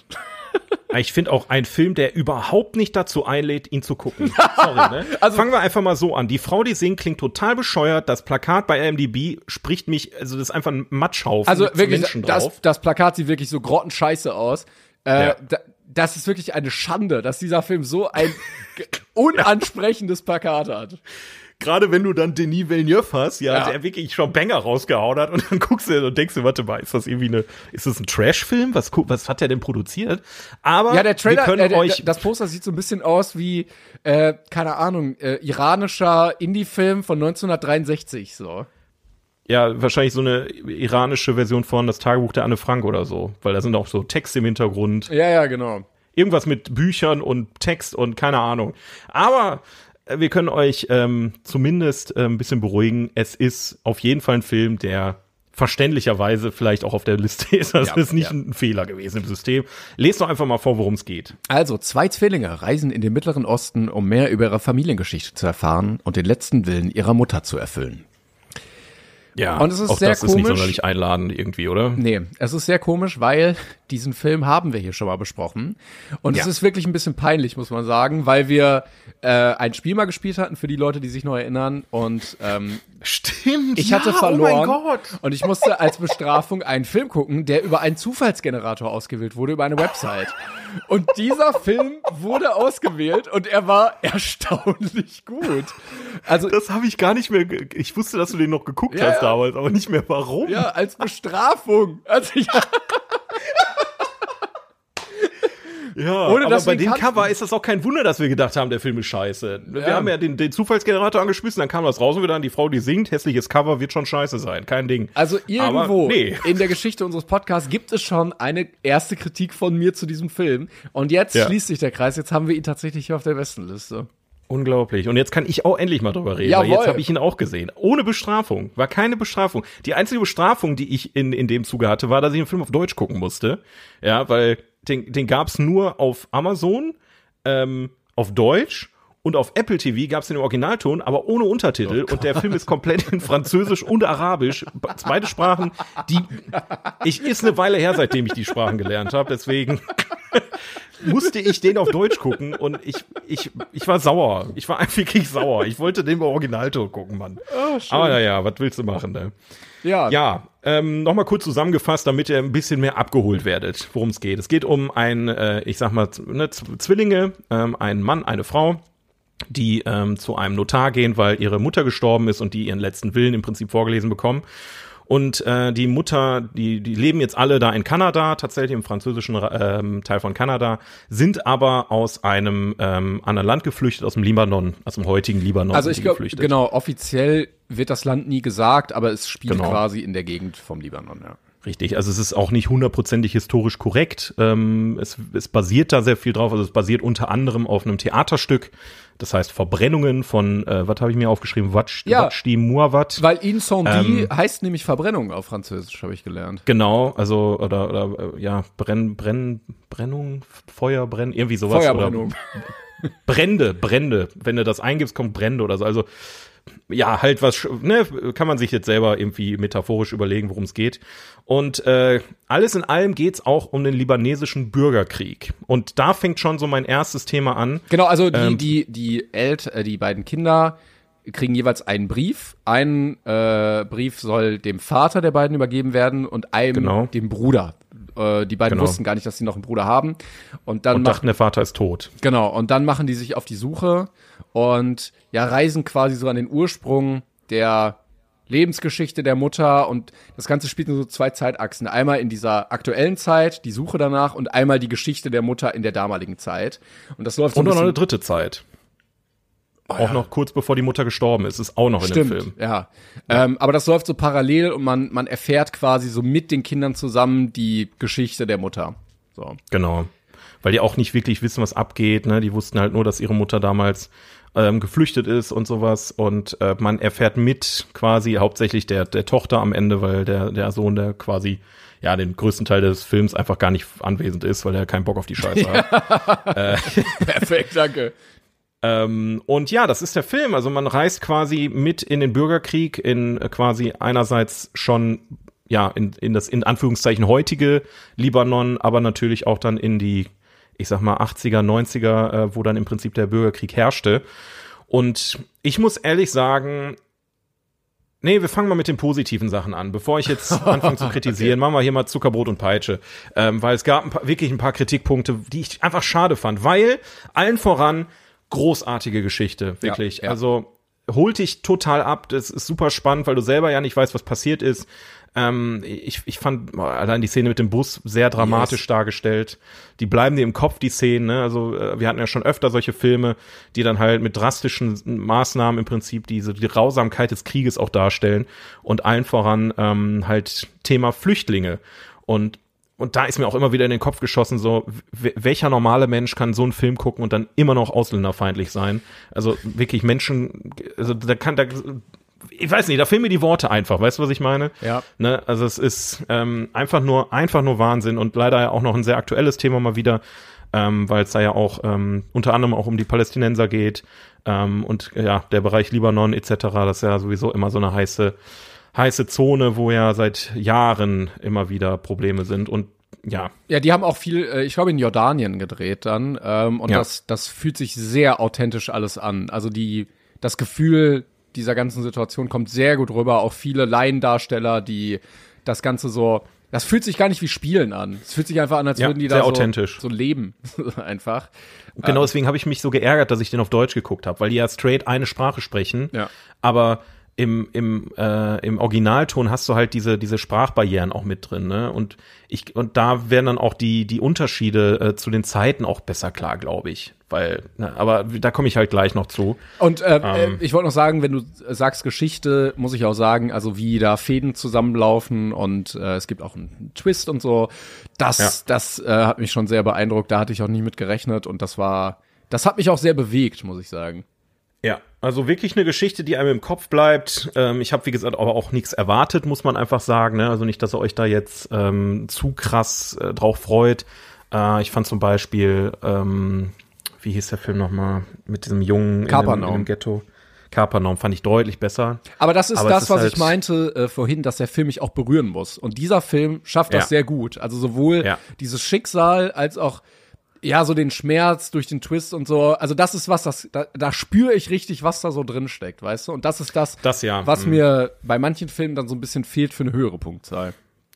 Ich finde auch ein Film, der überhaupt nicht dazu einlädt, ihn zu gucken. Sorry, ne? Also- Fangen wir einfach mal so an. Die Frau, die singt, klingt total bescheuert. Das Plakat bei I M D B spricht mich, also das ist einfach ein Matschhaufen Also mit wirklich, Menschen das, drauf. das Plakat sieht wirklich so grottenscheiße aus. Äh, Ja. da, das ist wirklich eine Schande, dass dieser Film so ein ge- unansprechendes Plakat hat. Gerade wenn du dann Denis Villeneuve hast, ja, Ja. der wirklich schon Banger rausgehauen hat und dann guckst du und denkst du, warte mal, ist das irgendwie eine, ist das ein Trash-Film? Was, gu- was hat der denn produziert? Aber Ja, der Trailer, wir können äh, der, euch, das Poster sieht so ein bisschen aus wie, äh, keine Ahnung, äh, iranischer Indie-Film von neunzehnhundertdreiundsechzig, so. ja, wahrscheinlich so eine iranische Version von Das Tagebuch der Anne Frank oder so, weil da sind auch so Texte im Hintergrund. Ja, ja, genau. Irgendwas mit Büchern und Text und keine Ahnung. Aber äh, wir können euch ähm, zumindest äh, ein bisschen beruhigen. Es ist auf jeden Fall ein Film, der verständlicherweise vielleicht auch auf der Liste ist. Das Ja, ist nicht ja. ein Fehler gewesen im System. Lest doch einfach mal vor, worum es geht. Also, zwei Zwillinge reisen in den Mittleren Osten, um mehr über ihre Familiengeschichte zu erfahren und den letzten Willen ihrer Mutter zu erfüllen. Ja, Und es ist auch sehr das ist nicht komisch. sonderlich einladend irgendwie, oder? Nee, es ist sehr komisch, weil diesen Film haben wir hier schon mal besprochen. Und Ja. es ist wirklich ein bisschen peinlich, muss man sagen, weil wir äh, ein Spiel mal gespielt hatten für die Leute, die sich noch erinnern. Und ähm, Stimmt. ich ja, hatte verloren Oh mein Gott. und ich musste als Bestrafung einen Film gucken, der über einen Zufallsgenerator ausgewählt wurde, über eine Website. Und dieser Film wurde ausgewählt und er war erstaunlich gut. Also Das habe ich gar nicht mehr. ge- Ich wusste, dass du den noch geguckt Ja, hast ja. damals, aber nicht mehr warum. ja, als Bestrafung. Also ich Ja, Ohne, aber dass bei wir dem kannten. Cover ist das auch kein Wunder, dass wir gedacht haben, der Film ist scheiße. Wir Ja. haben ja den, den Zufallsgenerator angeschmissen, dann kam das raus und wieder an die Frau, die singt, hässliches Cover, wird schon scheiße sein, kein Ding. Also irgendwo Aber nee. in der Geschichte unseres Podcasts gibt es schon eine erste Kritik von mir zu diesem Film. Und jetzt Ja. schließt sich der Kreis. Jetzt haben wir ihn tatsächlich hier auf der Bestenliste. Unglaublich. Und jetzt kann ich auch endlich mal drüber reden, Jawohl. weil jetzt habe ich ihn auch gesehen. Ohne Bestrafung. War keine Bestrafung. Die einzige Bestrafung, die ich in, in dem Zuge hatte, war, dass ich den Film auf Deutsch gucken musste. Ja, weil den, den gab's nur auf Amazon, ähm, auf Deutsch. Und auf Apple T V gab's den im Originalton, aber ohne Untertitel. Oh und der Film ist komplett in Französisch und Arabisch. Beide Sprachen, die, ich, ist eine Weile her, seitdem ich die Sprachen gelernt habe. Deswegen musste ich den auf Deutsch gucken und ich, ich, ich war sauer. Ich war einfach wirklich sauer. Ich wollte den im Originalton gucken, Mann. Oh, schön. Aber naja, was willst du machen, ne? Ja. Ja, ähm, nochmal kurz zusammengefasst, damit ihr ein bisschen mehr abgeholt werdet, worum es geht. Es geht um ein, äh, ich sag mal, ne, Z- Zwillinge, ähm, einen Mann, eine Frau, die ähm, zu einem Notar gehen, weil ihre Mutter gestorben ist und die ihren letzten Willen im Prinzip vorgelesen bekommen. Und äh, die Mutter, die die leben jetzt alle da in Kanada, tatsächlich im französischen ähm, Teil von Kanada, sind aber aus einem ähm, anderen Land geflüchtet, aus dem Libanon, aus dem heutigen Libanon. Also sind ich die glaube, geflüchtet. genau, offiziell wird das Land nie gesagt, aber es spielt Genau. quasi in der Gegend vom Libanon, ja. Richtig, also es ist auch nicht hundertprozentig historisch korrekt. Ähm, es, es basiert da sehr viel drauf. Also es basiert unter anderem auf einem Theaterstück. Das heißt Verbrennungen von, äh, was habe ich mir aufgeschrieben? Watsch, Ja. Watschdi Muawat. Weil Incendie Ähm, heißt nämlich Verbrennung auf Französisch, habe ich gelernt. Genau, also oder oder äh, ja, Brenn, Brenn, Brennung, Feuer, Brennen, irgendwie sowas. Feuerbrennung. Oder Brände, Brände. Wenn du das eingibst, kommt Brände oder so. Also ja, halt was, ne, kann man sich jetzt selber irgendwie metaphorisch überlegen, worum es geht. Und äh, alles in allem geht's auch um den libanesischen Bürgerkrieg. Und da fängt schon so mein erstes Thema an. Genau, also die, Ähm, die, die Elt, äh, die beiden Kinder kriegen jeweils einen Brief. Ein äh, Brief soll dem Vater der beiden übergeben werden und einem Genau. dem Bruder. Äh, die beiden Genau. wussten gar nicht, dass sie noch einen Bruder haben. Und dann Und machen, dachten, der Vater ist tot. genau, und dann machen die sich auf die Suche und ja, reisen quasi so an den Ursprung der Lebensgeschichte der Mutter, und das Ganze spielt nur so zwei Zeitachsen. Einmal in dieser aktuellen Zeit, die Suche danach, und einmal die Geschichte der Mutter in der damaligen Zeit. Und das läuft so Und ein noch eine bisschen, dritte Zeit. auch ja. noch kurz bevor die Mutter gestorben ist, ist auch noch in Stimmt, dem Film. ja. Ähm, aber das läuft so parallel und man, man erfährt quasi so mit den Kindern zusammen die Geschichte der Mutter. So. Genau. Weil die auch nicht wirklich wissen, was abgeht, ne? Die wussten halt nur, dass ihre Mutter damals ähm, geflüchtet ist und sowas, und äh, man erfährt mit quasi hauptsächlich der der Tochter am Ende, weil der der Sohn, der quasi ja den größten Teil des Films einfach gar nicht anwesend ist, weil er keinen Bock auf die Scheiße hat. äh, Perfekt, danke. Ähm, und ja, das ist der Film. Also man reist quasi mit in den Bürgerkrieg, in äh, quasi einerseits schon ja in, in das in Anführungszeichen heutige Libanon, aber natürlich auch dann in die, ich sag mal, achtziger, neunziger, äh, wo dann im Prinzip der Bürgerkrieg herrschte. Und ich muss ehrlich sagen, nee, wir fangen mal mit den positiven Sachen an. Bevor ich jetzt anfange zu kritisieren, machen wir hier mal Zuckerbrot und Peitsche. Ähm, weil es gab ein paar, wirklich ein paar Kritikpunkte, die ich einfach schade fand. Weil, allen voran, großartige Geschichte, wirklich. Ja, ja. Also holt dich total ab. Das ist super spannend, weil du selber ja nicht weißt, was passiert ist. Ähm, ich, ich fand allein die Szene mit dem Bus sehr dramatisch Yes. dargestellt. Die bleiben dir im Kopf, die Szenen. Ne? Also äh, wir hatten ja schon öfter solche Filme, die dann halt mit drastischen Maßnahmen im Prinzip diese die Grausamkeit des Krieges auch darstellen. Und allen voran ähm, halt Thema Flüchtlinge. Und Und da ist mir auch immer wieder in den Kopf geschossen, so, w- welcher normale Mensch kann so einen Film gucken und dann immer noch ausländerfeindlich sein? Also wirklich Menschen, also da kann, da, ich weiß nicht, da fehlen mir die Worte einfach, weißt du, was ich meine? Ja. Ne? Also es ist ähm, einfach nur, einfach nur Wahnsinn, und leider ja auch noch ein sehr aktuelles Thema mal wieder, ähm, weil es da ja auch ähm, unter anderem auch um die Palästinenser geht, ähm, und ja, der Bereich Libanon et cetera, das ist ja sowieso immer so eine heiße heiße Zone, wo ja seit Jahren immer wieder Probleme sind, und ja. Ja, die haben auch viel, äh, ich glaube, in Jordanien gedreht dann. Ähm, und Ja. das, das fühlt sich sehr authentisch alles an. Also die, das Gefühl dieser ganzen Situation kommt sehr gut rüber. Auch viele Laiendarsteller, die das Ganze so, das fühlt sich gar nicht wie Spielen an. Es fühlt sich einfach an, als Ja, würden die sehr da so, authentisch. so leben. Einfach. Genau Ähm, deswegen habe ich mich so geärgert, dass ich den auf Deutsch geguckt habe, weil die ja straight eine Sprache sprechen, Ja. aber im im äh, im Originalton hast du halt diese diese Sprachbarrieren auch mit drin, ne? Und ich und da werden dann auch die die Unterschiede äh, zu den Zeiten auch besser klar, glaube ich, weil ne, aber da komme ich halt gleich noch zu. Und äh, ähm, äh, ich wollte noch sagen, wenn du sagst Geschichte, muss ich auch sagen, also wie da Fäden zusammenlaufen und äh, es gibt auch einen Twist und so, das Ja. das äh, hat mich schon sehr beeindruckt, da hatte ich auch nicht mit gerechnet und das war das hat mich auch sehr bewegt, muss ich sagen. Ja, also wirklich eine Geschichte, die einem im Kopf bleibt. Ähm, ich habe, wie gesagt, aber auch nichts erwartet, muss man einfach sagen. Ne? Also nicht, dass ihr euch da jetzt ähm, zu krass äh, drauf freut. Äh, ich fand zum Beispiel, ähm, wie hieß der Film nochmal, mit diesem Jungen in dem, in dem Ghetto. Kapernaum fand ich deutlich besser. Aber das ist aber das, ist was halt ich meinte äh, vorhin, dass der Film mich auch berühren muss. Und dieser Film schafft das Ja. sehr gut. Also sowohl Ja. dieses Schicksal als auch ja, so den Schmerz durch den Twist und so. Also das ist was, das da, da spüre ich richtig, was da so drin steckt, weißt du? Und das ist das, Das ja, was mhm. mir bei manchen Filmen dann so ein bisschen fehlt für eine höhere Punktzahl.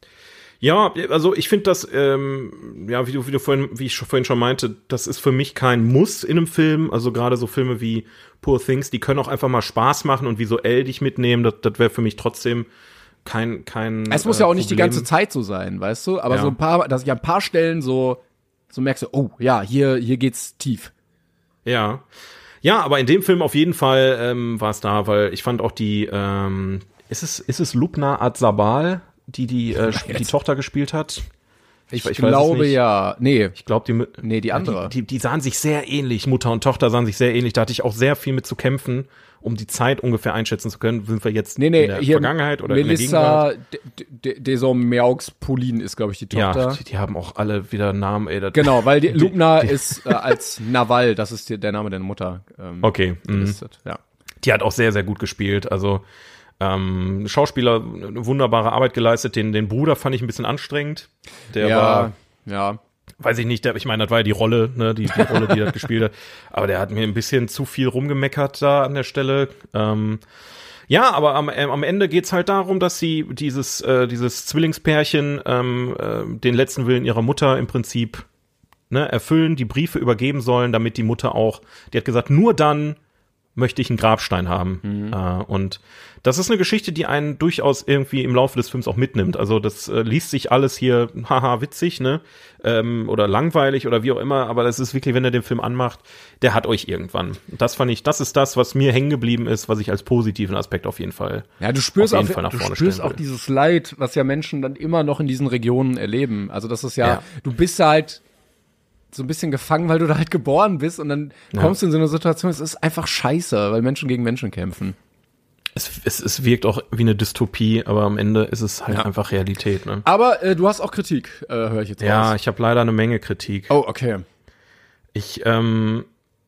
Ja, also ich finde das, ähm, ja, wie du, wie du vorhin, wie ich schon- vorhin schon meinte, das ist für mich kein Muss in einem Film. Also gerade so Filme wie Poor Things, die können auch einfach mal Spaß machen und visuell dich mitnehmen. Das, das wäre für mich trotzdem kein, kein. Es muss äh, ja auch nicht die Problem. ganze Zeit so sein, weißt du? Aber Ja. so ein paar, dass ich an ein paar Stellen so, so merkst du, oh, ja, hier, hier geht's tief. Ja. Ja, aber in dem Film auf jeden Fall ähm, war es da, weil ich fand auch die, ähm, ist es, ist es Lubna Azabal, die die, äh, die Tochter gespielt hat? Ich, ich weiß es glaube nicht. ja, nee, Ich glaube, die, nee, die andere. Die, die, die sahen sich sehr ähnlich, Mutter und Tochter sahen sich sehr ähnlich. Da hatte ich auch sehr viel mit zu kämpfen, um die Zeit ungefähr einschätzen zu können. Sind wir jetzt Nee, nee, in der hier Vergangenheit oder in der Melissa Gegenwart? Desormeaux-Poulin ist, glaube ich, die Tochter. Ja, die, die haben auch alle wieder Namen, ey. Das, Genau, weil die, die- Lubna die- ist äh, als Naval, das ist die, der Name der Mutter. Ähm, Okay, mhm. gelistet, ja. Die hat auch sehr, sehr gut gespielt. Also ähm, Schauspieler, eine wunderbare Arbeit geleistet. Den, den Bruder fand ich ein bisschen anstrengend. Der ja, war, ja. weiß ich nicht, der, ich meine, das war ja die Rolle, ne, die, die Rolle, die er gespielt hat. Aber der hat mir ein bisschen zu viel rumgemeckert da an der Stelle. Ähm, ja, aber am, äh, am Ende geht's halt darum, dass sie dieses, äh, dieses Zwillingspärchen ähm, äh, den letzten Willen ihrer Mutter im Prinzip ne, erfüllen, die Briefe übergeben sollen, damit die Mutter auch, die hat gesagt, nur dann möchte ich einen Grabstein haben. Mhm. Äh, und das ist eine Geschichte, die einen durchaus irgendwie im Laufe des Films auch mitnimmt. Also das äh, liest sich alles hier, haha, witzig, ne? Ähm, oder langweilig oder wie auch immer, aber das ist wirklich, wenn er den Film anmacht, der hat euch irgendwann. Das fand ich, das ist das, was mir hängen geblieben ist, was ich als positiven Aspekt auf jeden Fall Ja, du spürst auf auch, jeden Fall nach du vorne spürst stellen auch will. dieses Leid, was ja Menschen dann immer noch in diesen Regionen erleben. Also das ist ja, Ja. du bist ja halt so ein bisschen gefangen, weil du da halt geboren bist und dann Ja. kommst du in so eine Situation, es ist einfach scheiße, weil Menschen gegen Menschen kämpfen. Es, es, es wirkt auch wie eine Dystopie, aber am Ende ist es halt Ja. einfach Realität, ne? Aber äh, du hast auch Kritik, äh, höre ich jetzt Ja, raus. ich habe leider eine Menge Kritik. Oh, okay. Ich, ähm,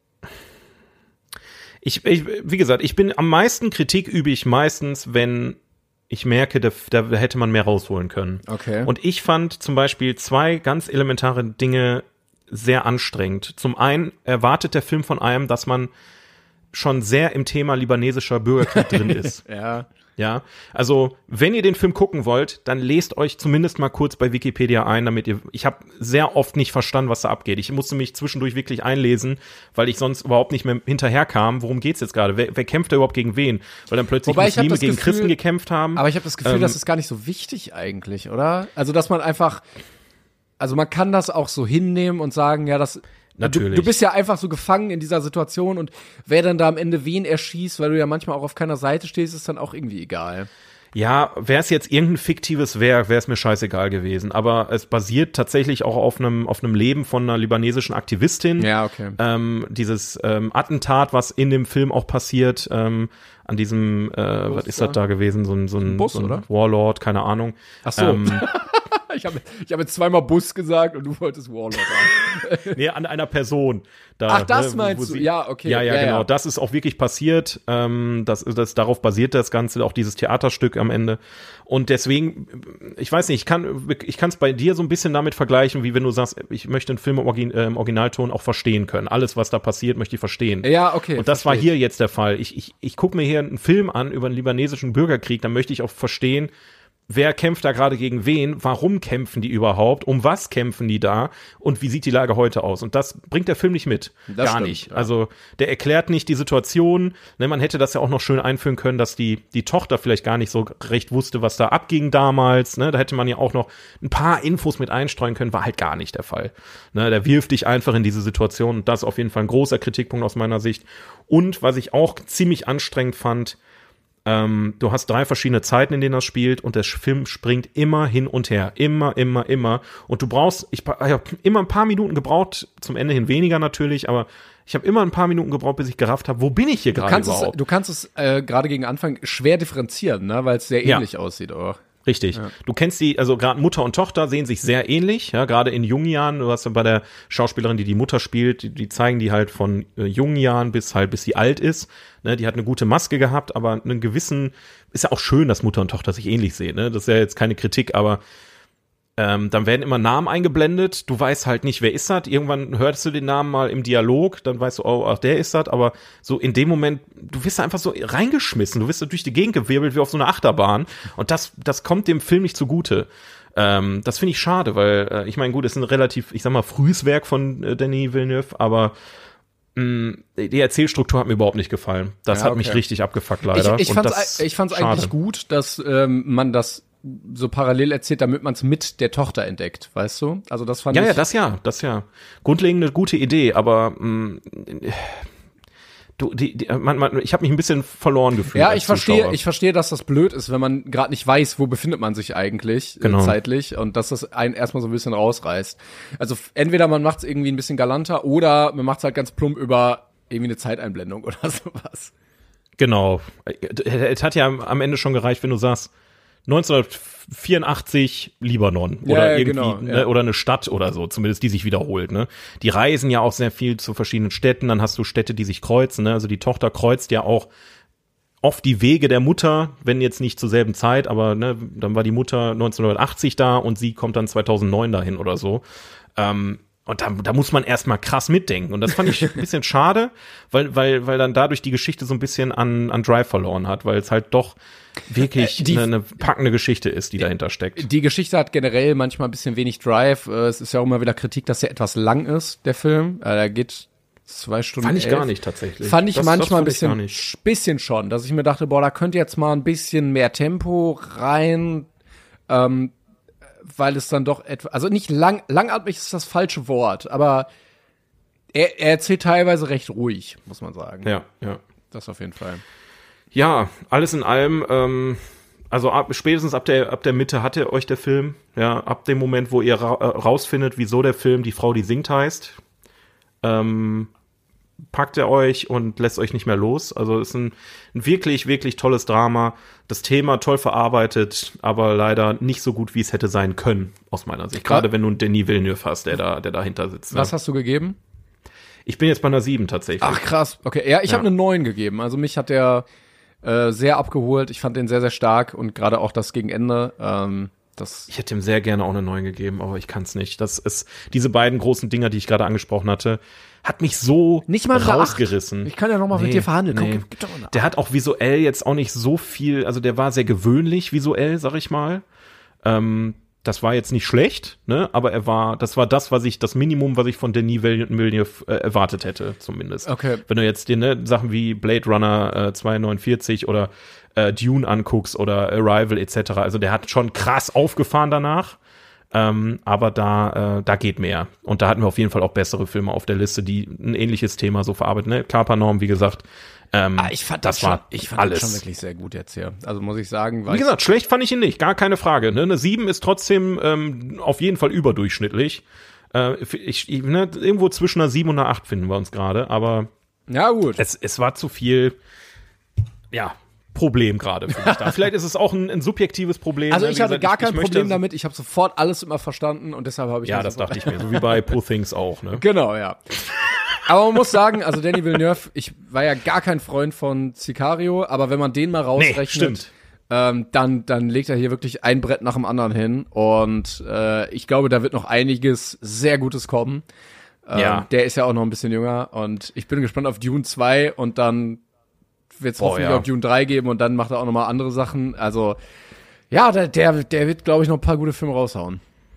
ich, ich, wie gesagt, ich bin am meisten Kritik übe ich meistens, wenn ich merke, da, da hätte man mehr rausholen können. Okay. Und ich fand zum Beispiel zwei ganz elementare Dinge sehr anstrengend. Zum einen erwartet der Film von einem, dass man schon sehr im Thema libanesischer Bürgerkrieg drin ist. Ja. Ja, also wenn ihr den Film gucken wollt, dann lest euch zumindest mal kurz bei Wikipedia ein, damit ihr, ich habe sehr oft nicht verstanden, was da abgeht. Ich musste mich zwischendurch wirklich einlesen, weil ich sonst überhaupt nicht mehr hinterherkam. Worum geht's jetzt gerade? Wer, wer kämpft da überhaupt gegen wen? Weil dann plötzlich Wobei ich hab Muslime das gegen Gefühl- Christen gekämpft haben. Aber ich habe das Gefühl, Ähm, das ist gar nicht so wichtig eigentlich, oder? Also, dass man einfach, also man kann das auch so hinnehmen und sagen, ja, das, Natürlich. Du, du bist ja einfach so gefangen in dieser Situation und wer dann da am Ende wen erschießt, weil du ja manchmal auch auf keiner Seite stehst, ist dann auch irgendwie egal. Ja, wäre es jetzt irgendein fiktives Werk, wäre es mir scheißegal gewesen. Aber es basiert tatsächlich auch auf einem auf einem Leben von einer libanesischen Aktivistin. Ja, okay. Ähm, dieses ähm, Attentat, was in dem Film auch passiert, ähm, an diesem, äh, was ist das da gewesen? So ein, so ein, Bus, so ein oder? Warlord, keine Ahnung. Ach so. Ähm, Ich habe ich hab jetzt zweimal Bus gesagt und du wolltest Warlord sagen. nee, an einer Person. Da, Ach, das ne, wo- meinst wo du? sie- Ja, okay. Ja, ja, Ja, genau. ja. Das ist auch wirklich passiert. Ähm, das, das, darauf basiert das Ganze, auch dieses Theaterstück am Ende. Und deswegen, ich weiß nicht, ich kann ich kann es bei dir so ein bisschen damit vergleichen, wie wenn du sagst, ich möchte einen Film im, Origin, äh, im Originalton auch verstehen können. Alles, was da passiert, möchte ich verstehen. Ja, okay. Und das war verstehe hier jetzt der Fall. Ich, ich, ich gucke mir hier einen Film an über einen libanesischen Bürgerkrieg, dann möchte ich auch verstehen, wer kämpft da gerade gegen wen, warum kämpfen die überhaupt, um was kämpfen die da und wie sieht die Lage heute aus? Und das bringt der Film nicht mit. Das Gar stimmt, nicht. ja. Also der erklärt nicht die Situation. Ne, man hätte das ja auch noch schön einführen können, dass die, die Tochter vielleicht gar nicht so recht wusste, was da abging damals. Ne, da hätte man ja auch noch ein paar Infos mit einstreuen können, war halt gar nicht der Fall. Ne, der wirft dich einfach in diese Situation und das ist auf jeden Fall ein großer Kritikpunkt aus meiner Sicht. Und was ich auch ziemlich anstrengend fand, Ähm, du hast drei verschiedene Zeiten, in denen das spielt und der Film springt immer hin und her. Immer, immer, immer. Und du brauchst, ich, ich habe immer ein paar Minuten gebraucht, zum Ende hin weniger natürlich, aber ich habe immer ein paar Minuten gebraucht, bis ich gerafft habe, wo bin ich hier gerade überhaupt? Es, du kannst es äh, gerade gegen Anfang schwer differenzieren, ne? Weil es sehr ähnlich ja. aussieht auch. Richtig. Ja. Du kennst die, also gerade Mutter und Tochter sehen sich sehr ähnlich, ja, gerade in jungen Jahren. Du hast ja bei der Schauspielerin, die die Mutter spielt, die, die zeigen die halt von äh, jungen Jahren bis halt, bis sie alt ist. Ne, die hat eine gute Maske gehabt, aber einen gewissen, ist ja auch schön, dass Mutter und Tochter sich ähnlich sehen, ne? Das ist ja jetzt keine Kritik, aber ähm, dann werden immer Namen eingeblendet. Du weißt halt nicht, wer ist das. Irgendwann hörst du den Namen mal im Dialog, dann weißt du, oh, ach, der ist das. Aber so in dem Moment, du wirst einfach so reingeschmissen. Du wirst so durch die Gegend gewirbelt wie auf so einer Achterbahn. Und das, das kommt dem Film nicht zugute. Ähm, das finde ich schade, weil äh, ich meine, gut, es ist ein relativ, ich sag mal, frühes Werk von äh, Denis Villeneuve, aber mh, die Erzählstruktur hat mir überhaupt nicht gefallen. Das ja, hat okay. mich richtig abgefuckt, leider. Ich, ich Und fand's, das, ich fand's schade. eigentlich gut, dass ähm, man das so parallel erzählt, damit man es mit der Tochter entdeckt, weißt du? Also das fand ja, ich. Ja, das ja, das ja. Grundlegend eine gute Idee, aber mh, du, die, die, man, man, ich habe mich ein bisschen verloren gefühlt. Ja, als ich verstehe, Zuschauer. ich verstehe, dass das blöd ist, wenn man gerade nicht weiß, wo befindet man sich eigentlich Genau. äh, zeitlich und dass das einen erstmal so ein bisschen rausreißt. Also f- entweder man macht es irgendwie ein bisschen galanter oder man macht es halt ganz plump über irgendwie eine Zeiteinblendung oder sowas. Genau. Es hat ja am Ende schon gereicht, wenn du sagst, neunzehnhundertvierundachtzig Libanon Ja, oder ja, irgendwie genau, ne, ja. oder eine Stadt oder so, zumindest die sich wiederholt. Ne? Die reisen ja auch sehr viel zu verschiedenen Städten, dann hast du Städte, die sich kreuzen. Ne? Also die Tochter kreuzt ja auch oft die Wege der Mutter, wenn jetzt nicht zur selben Zeit, aber ne, dann war die Mutter neunzehnhundertachtzig da und sie kommt dann zweitausendneun dahin oder so. Ähm, Und da, da muss man erstmal krass mitdenken. Und das fand ich ein bisschen schade, weil, weil, weil dann dadurch die Geschichte so ein bisschen an, an Drive verloren hat, weil es halt doch wirklich Äh, die- eine, eine packende Geschichte ist, die dahinter steckt. Die Geschichte hat generell manchmal ein bisschen wenig Drive. Äh, Es ist ja auch immer wieder Kritik, dass er etwas lang ist, der Film. Äh, Der geht zwei Stunden Fand ich elf. gar nicht tatsächlich. Fand ich Das- das manchmal fand ein ich gar bisschen, nicht. bisschen schon, dass ich mir dachte, boah, da könnte jetzt mal ein bisschen mehr Tempo rein, ähm, weil es dann doch etwa, also nicht lang, langatmig ist das falsche Wort, aber er, er erzählt teilweise recht ruhig, muss man sagen. Ja, ja. Das auf jeden Fall. Ja, alles in allem, ähm, also ab, spätestens ab der, ab der Mitte hatte euch der Film, ja, ab dem Moment, wo ihr ra äh, rausfindet, wieso der Film Die Frau, die singt heißt, ähm, packt er euch und lässt euch nicht mehr los. Also es ist ein, ein wirklich, wirklich tolles Drama. Das Thema toll verarbeitet, aber leider nicht so gut, wie es hätte sein können, aus meiner Sicht. Gerade wenn du einen Denis Villeneuve hast, der da, der dahinter sitzt. Was Ne? hast du gegeben? Ich bin jetzt bei einer sieben tatsächlich. Ach krass, okay. Ja, ich Ja. habe eine neun gegeben. Also mich hat der äh, sehr abgeholt. Ich fand den sehr, sehr stark und gerade auch das gegen Ende. Ähm, das Ich hätte ihm sehr gerne auch eine neun gegeben, aber ich kann es nicht. Das ist, diese beiden großen Dinger, die ich gerade angesprochen hatte, hat mich so Nicht mal eine rausgerissen. acht. Ich kann ja noch mal mit dir verhandeln. Komm, Nee. gib- gib doch mal eine Der hat auch visuell jetzt auch nicht so viel, also der war sehr gewöhnlich visuell, sag ich mal. Ähm, das war jetzt nicht schlecht, ne? Aber er war, das war das, was ich, das Minimum, was ich von Denis Villeneuve äh, erwartet hätte, zumindest. Okay. Wenn du jetzt dir ne, Sachen wie Blade Runner äh, zweihundertneunundvierzig oder äh, Dune anguckst oder Arrival et cetera, also der hat schon krass aufgefahren danach. Ähm, aber da, äh, da geht mehr. Und da hatten wir auf jeden Fall auch bessere Filme auf der Liste, die ein ähnliches Thema so verarbeiten. Ne? Kapernaum, wie gesagt. Ähm, Ah, ich fand das, das schon, war ich fand alles. das schon wirklich sehr gut jetzt hier. Also muss ich sagen, weil Wie gesagt, schlecht fand ich ihn nicht, gar keine Frage. Ne? Eine sieben ist trotzdem ähm, auf jeden Fall überdurchschnittlich. Äh, ich, ich, ne, irgendwo zwischen einer sieben und einer acht finden wir uns gerade, aber ich, ja gut. es, es war zu viel, ja, Problem gerade für mich da. Vielleicht ist es auch ein, ein subjektives Problem. Also ne? ich Wie hatte gesagt, gar ich, kein ich möchte Problem das- damit. Ich habe sofort alles immer verstanden und deshalb habe ich Ja, das dachte ich mir. So wie bei Poor Things auch. Ne? Genau, ja. Aber man muss sagen, also Denis Villeneuve, ich war ja gar kein Freund von Sicario, aber wenn man den mal rausrechnet, stimmt. ähm, dann, dann legt er hier wirklich ein Brett nach dem anderen hin und äh, ich glaube, da wird noch einiges sehr Gutes kommen. Ähm, Ja. Der ist ja auch noch ein bisschen jünger und ich bin gespannt auf Dune zwei und dann wird es Boah, hoffentlich ja. auch Dune drei geben und dann macht er auch nochmal andere Sachen. Also Ja, der, der, der wird, glaube ich, noch ein paar gute Filme raushauen.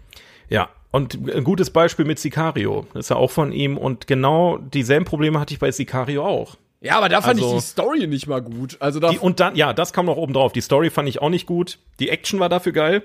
Ja, und ein gutes Beispiel mit Sicario. Das ist ja auch von ihm. Und genau dieselben Probleme hatte ich bei Sicario auch. Ja, aber da fand Also, ich die Story nicht mal gut. Also da Die, und dann, ja, das kam noch oben drauf. Die Story fand ich auch nicht gut. Die Action war dafür geil.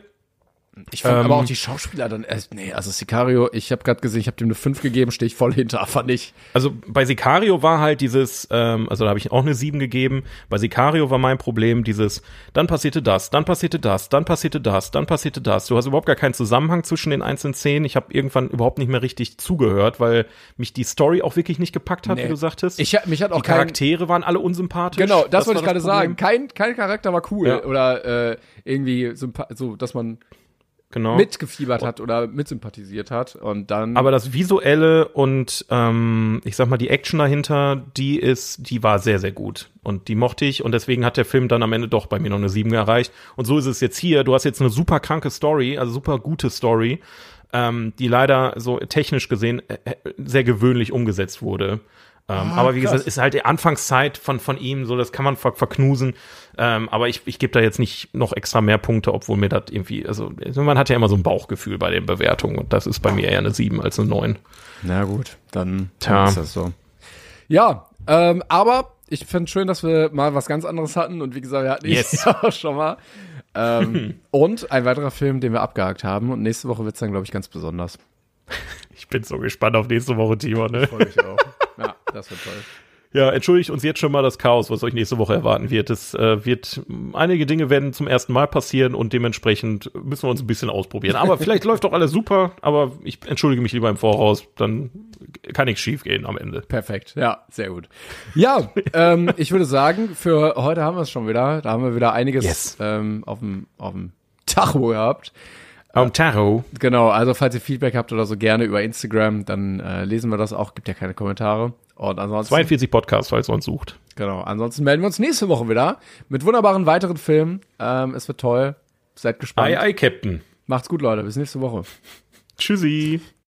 Ich fand Ähm, aber auch die Schauspieler dann erst, nee, also Sicario, ich habe gerade gesehen, ich habe dem eine fünf gegeben, stehe ich voll hinter, fand ich. Also bei Sicario war halt dieses, ähm, also da habe ich auch eine sieben gegeben. Bei Sicario war mein Problem dieses, dann passierte das, dann passierte das, dann passierte das, dann passierte das. Du hast überhaupt gar keinen Zusammenhang zwischen den einzelnen Szenen. Ich habe irgendwann überhaupt nicht mehr richtig zugehört, weil mich die Story auch wirklich nicht gepackt hat, Nee. wie du sagtest. Ich, mich hat auch die kein, Charaktere waren alle unsympathisch. genau, das, war wollte ich gerade Problem. sagen. Kein, kein Charakter war cool Ja. oder äh, irgendwie sympa- so, dass man Genau. mitgefiebert hat oder mitsympathisiert hat und dann. Aber das Visuelle und ähm, ich sag mal die Action dahinter, die ist, die war sehr, sehr gut. Und die mochte ich und deswegen hat der Film dann am Ende doch bei mir noch eine sieben erreicht. Und so ist es jetzt hier. Du hast jetzt eine super kranke Story, also super gute Story, ähm, die leider so technisch gesehen äh, sehr gewöhnlich umgesetzt wurde. Ähm, Ah, aber wie krass. gesagt, ist halt die Anfangszeit von von ihm, so das kann man ver verknusen. Ähm, aber ich ich gebe da jetzt nicht noch extra mehr Punkte, obwohl mir das irgendwie, also man hat ja immer so ein Bauchgefühl bei den Bewertungen und das ist bei mir eher eine sieben als eine neun. Na gut, dann Tja. ist das so. Ja, ähm, aber ich finde schön, dass wir mal was ganz anderes hatten und wie gesagt, wir hatten Yes. ja auch schon mal. Ähm, und ein weiterer Film, den wir abgehakt haben und nächste Woche wird's dann, glaube ich, ganz besonders. Ich bin so gespannt auf nächste Woche, Timo, ne? Freue mich auch. Ja, das wird toll. Ja, entschuldigt uns jetzt schon mal das Chaos, was euch nächste Woche erwarten wird. Es äh, wird, einige Dinge werden zum ersten Mal passieren und dementsprechend müssen wir uns ein bisschen ausprobieren. Aber vielleicht läuft doch alles super, aber ich entschuldige mich lieber im Voraus, dann kann nichts schief gehen am Ende. Perfekt, ja, sehr gut. Ja, ähm, ich würde sagen, für heute haben wir es schon wieder. Da haben wir wieder einiges Yes. ähm, auf dem auf dem Tacho gehabt. Am Tarot. Genau, also falls ihr Feedback habt oder so, gerne über Instagram, dann äh, lesen wir das auch, gibt ja keine Kommentare. Und ansonsten, zweiundvierzig Podcasts, falls ihr uns sucht. genau, ansonsten melden wir uns nächste Woche wieder mit wunderbaren weiteren Filmen. Ähm, es wird toll, seid gespannt. Ei, ei, Captain. Macht's gut, Leute, bis nächste Woche. Tschüssi.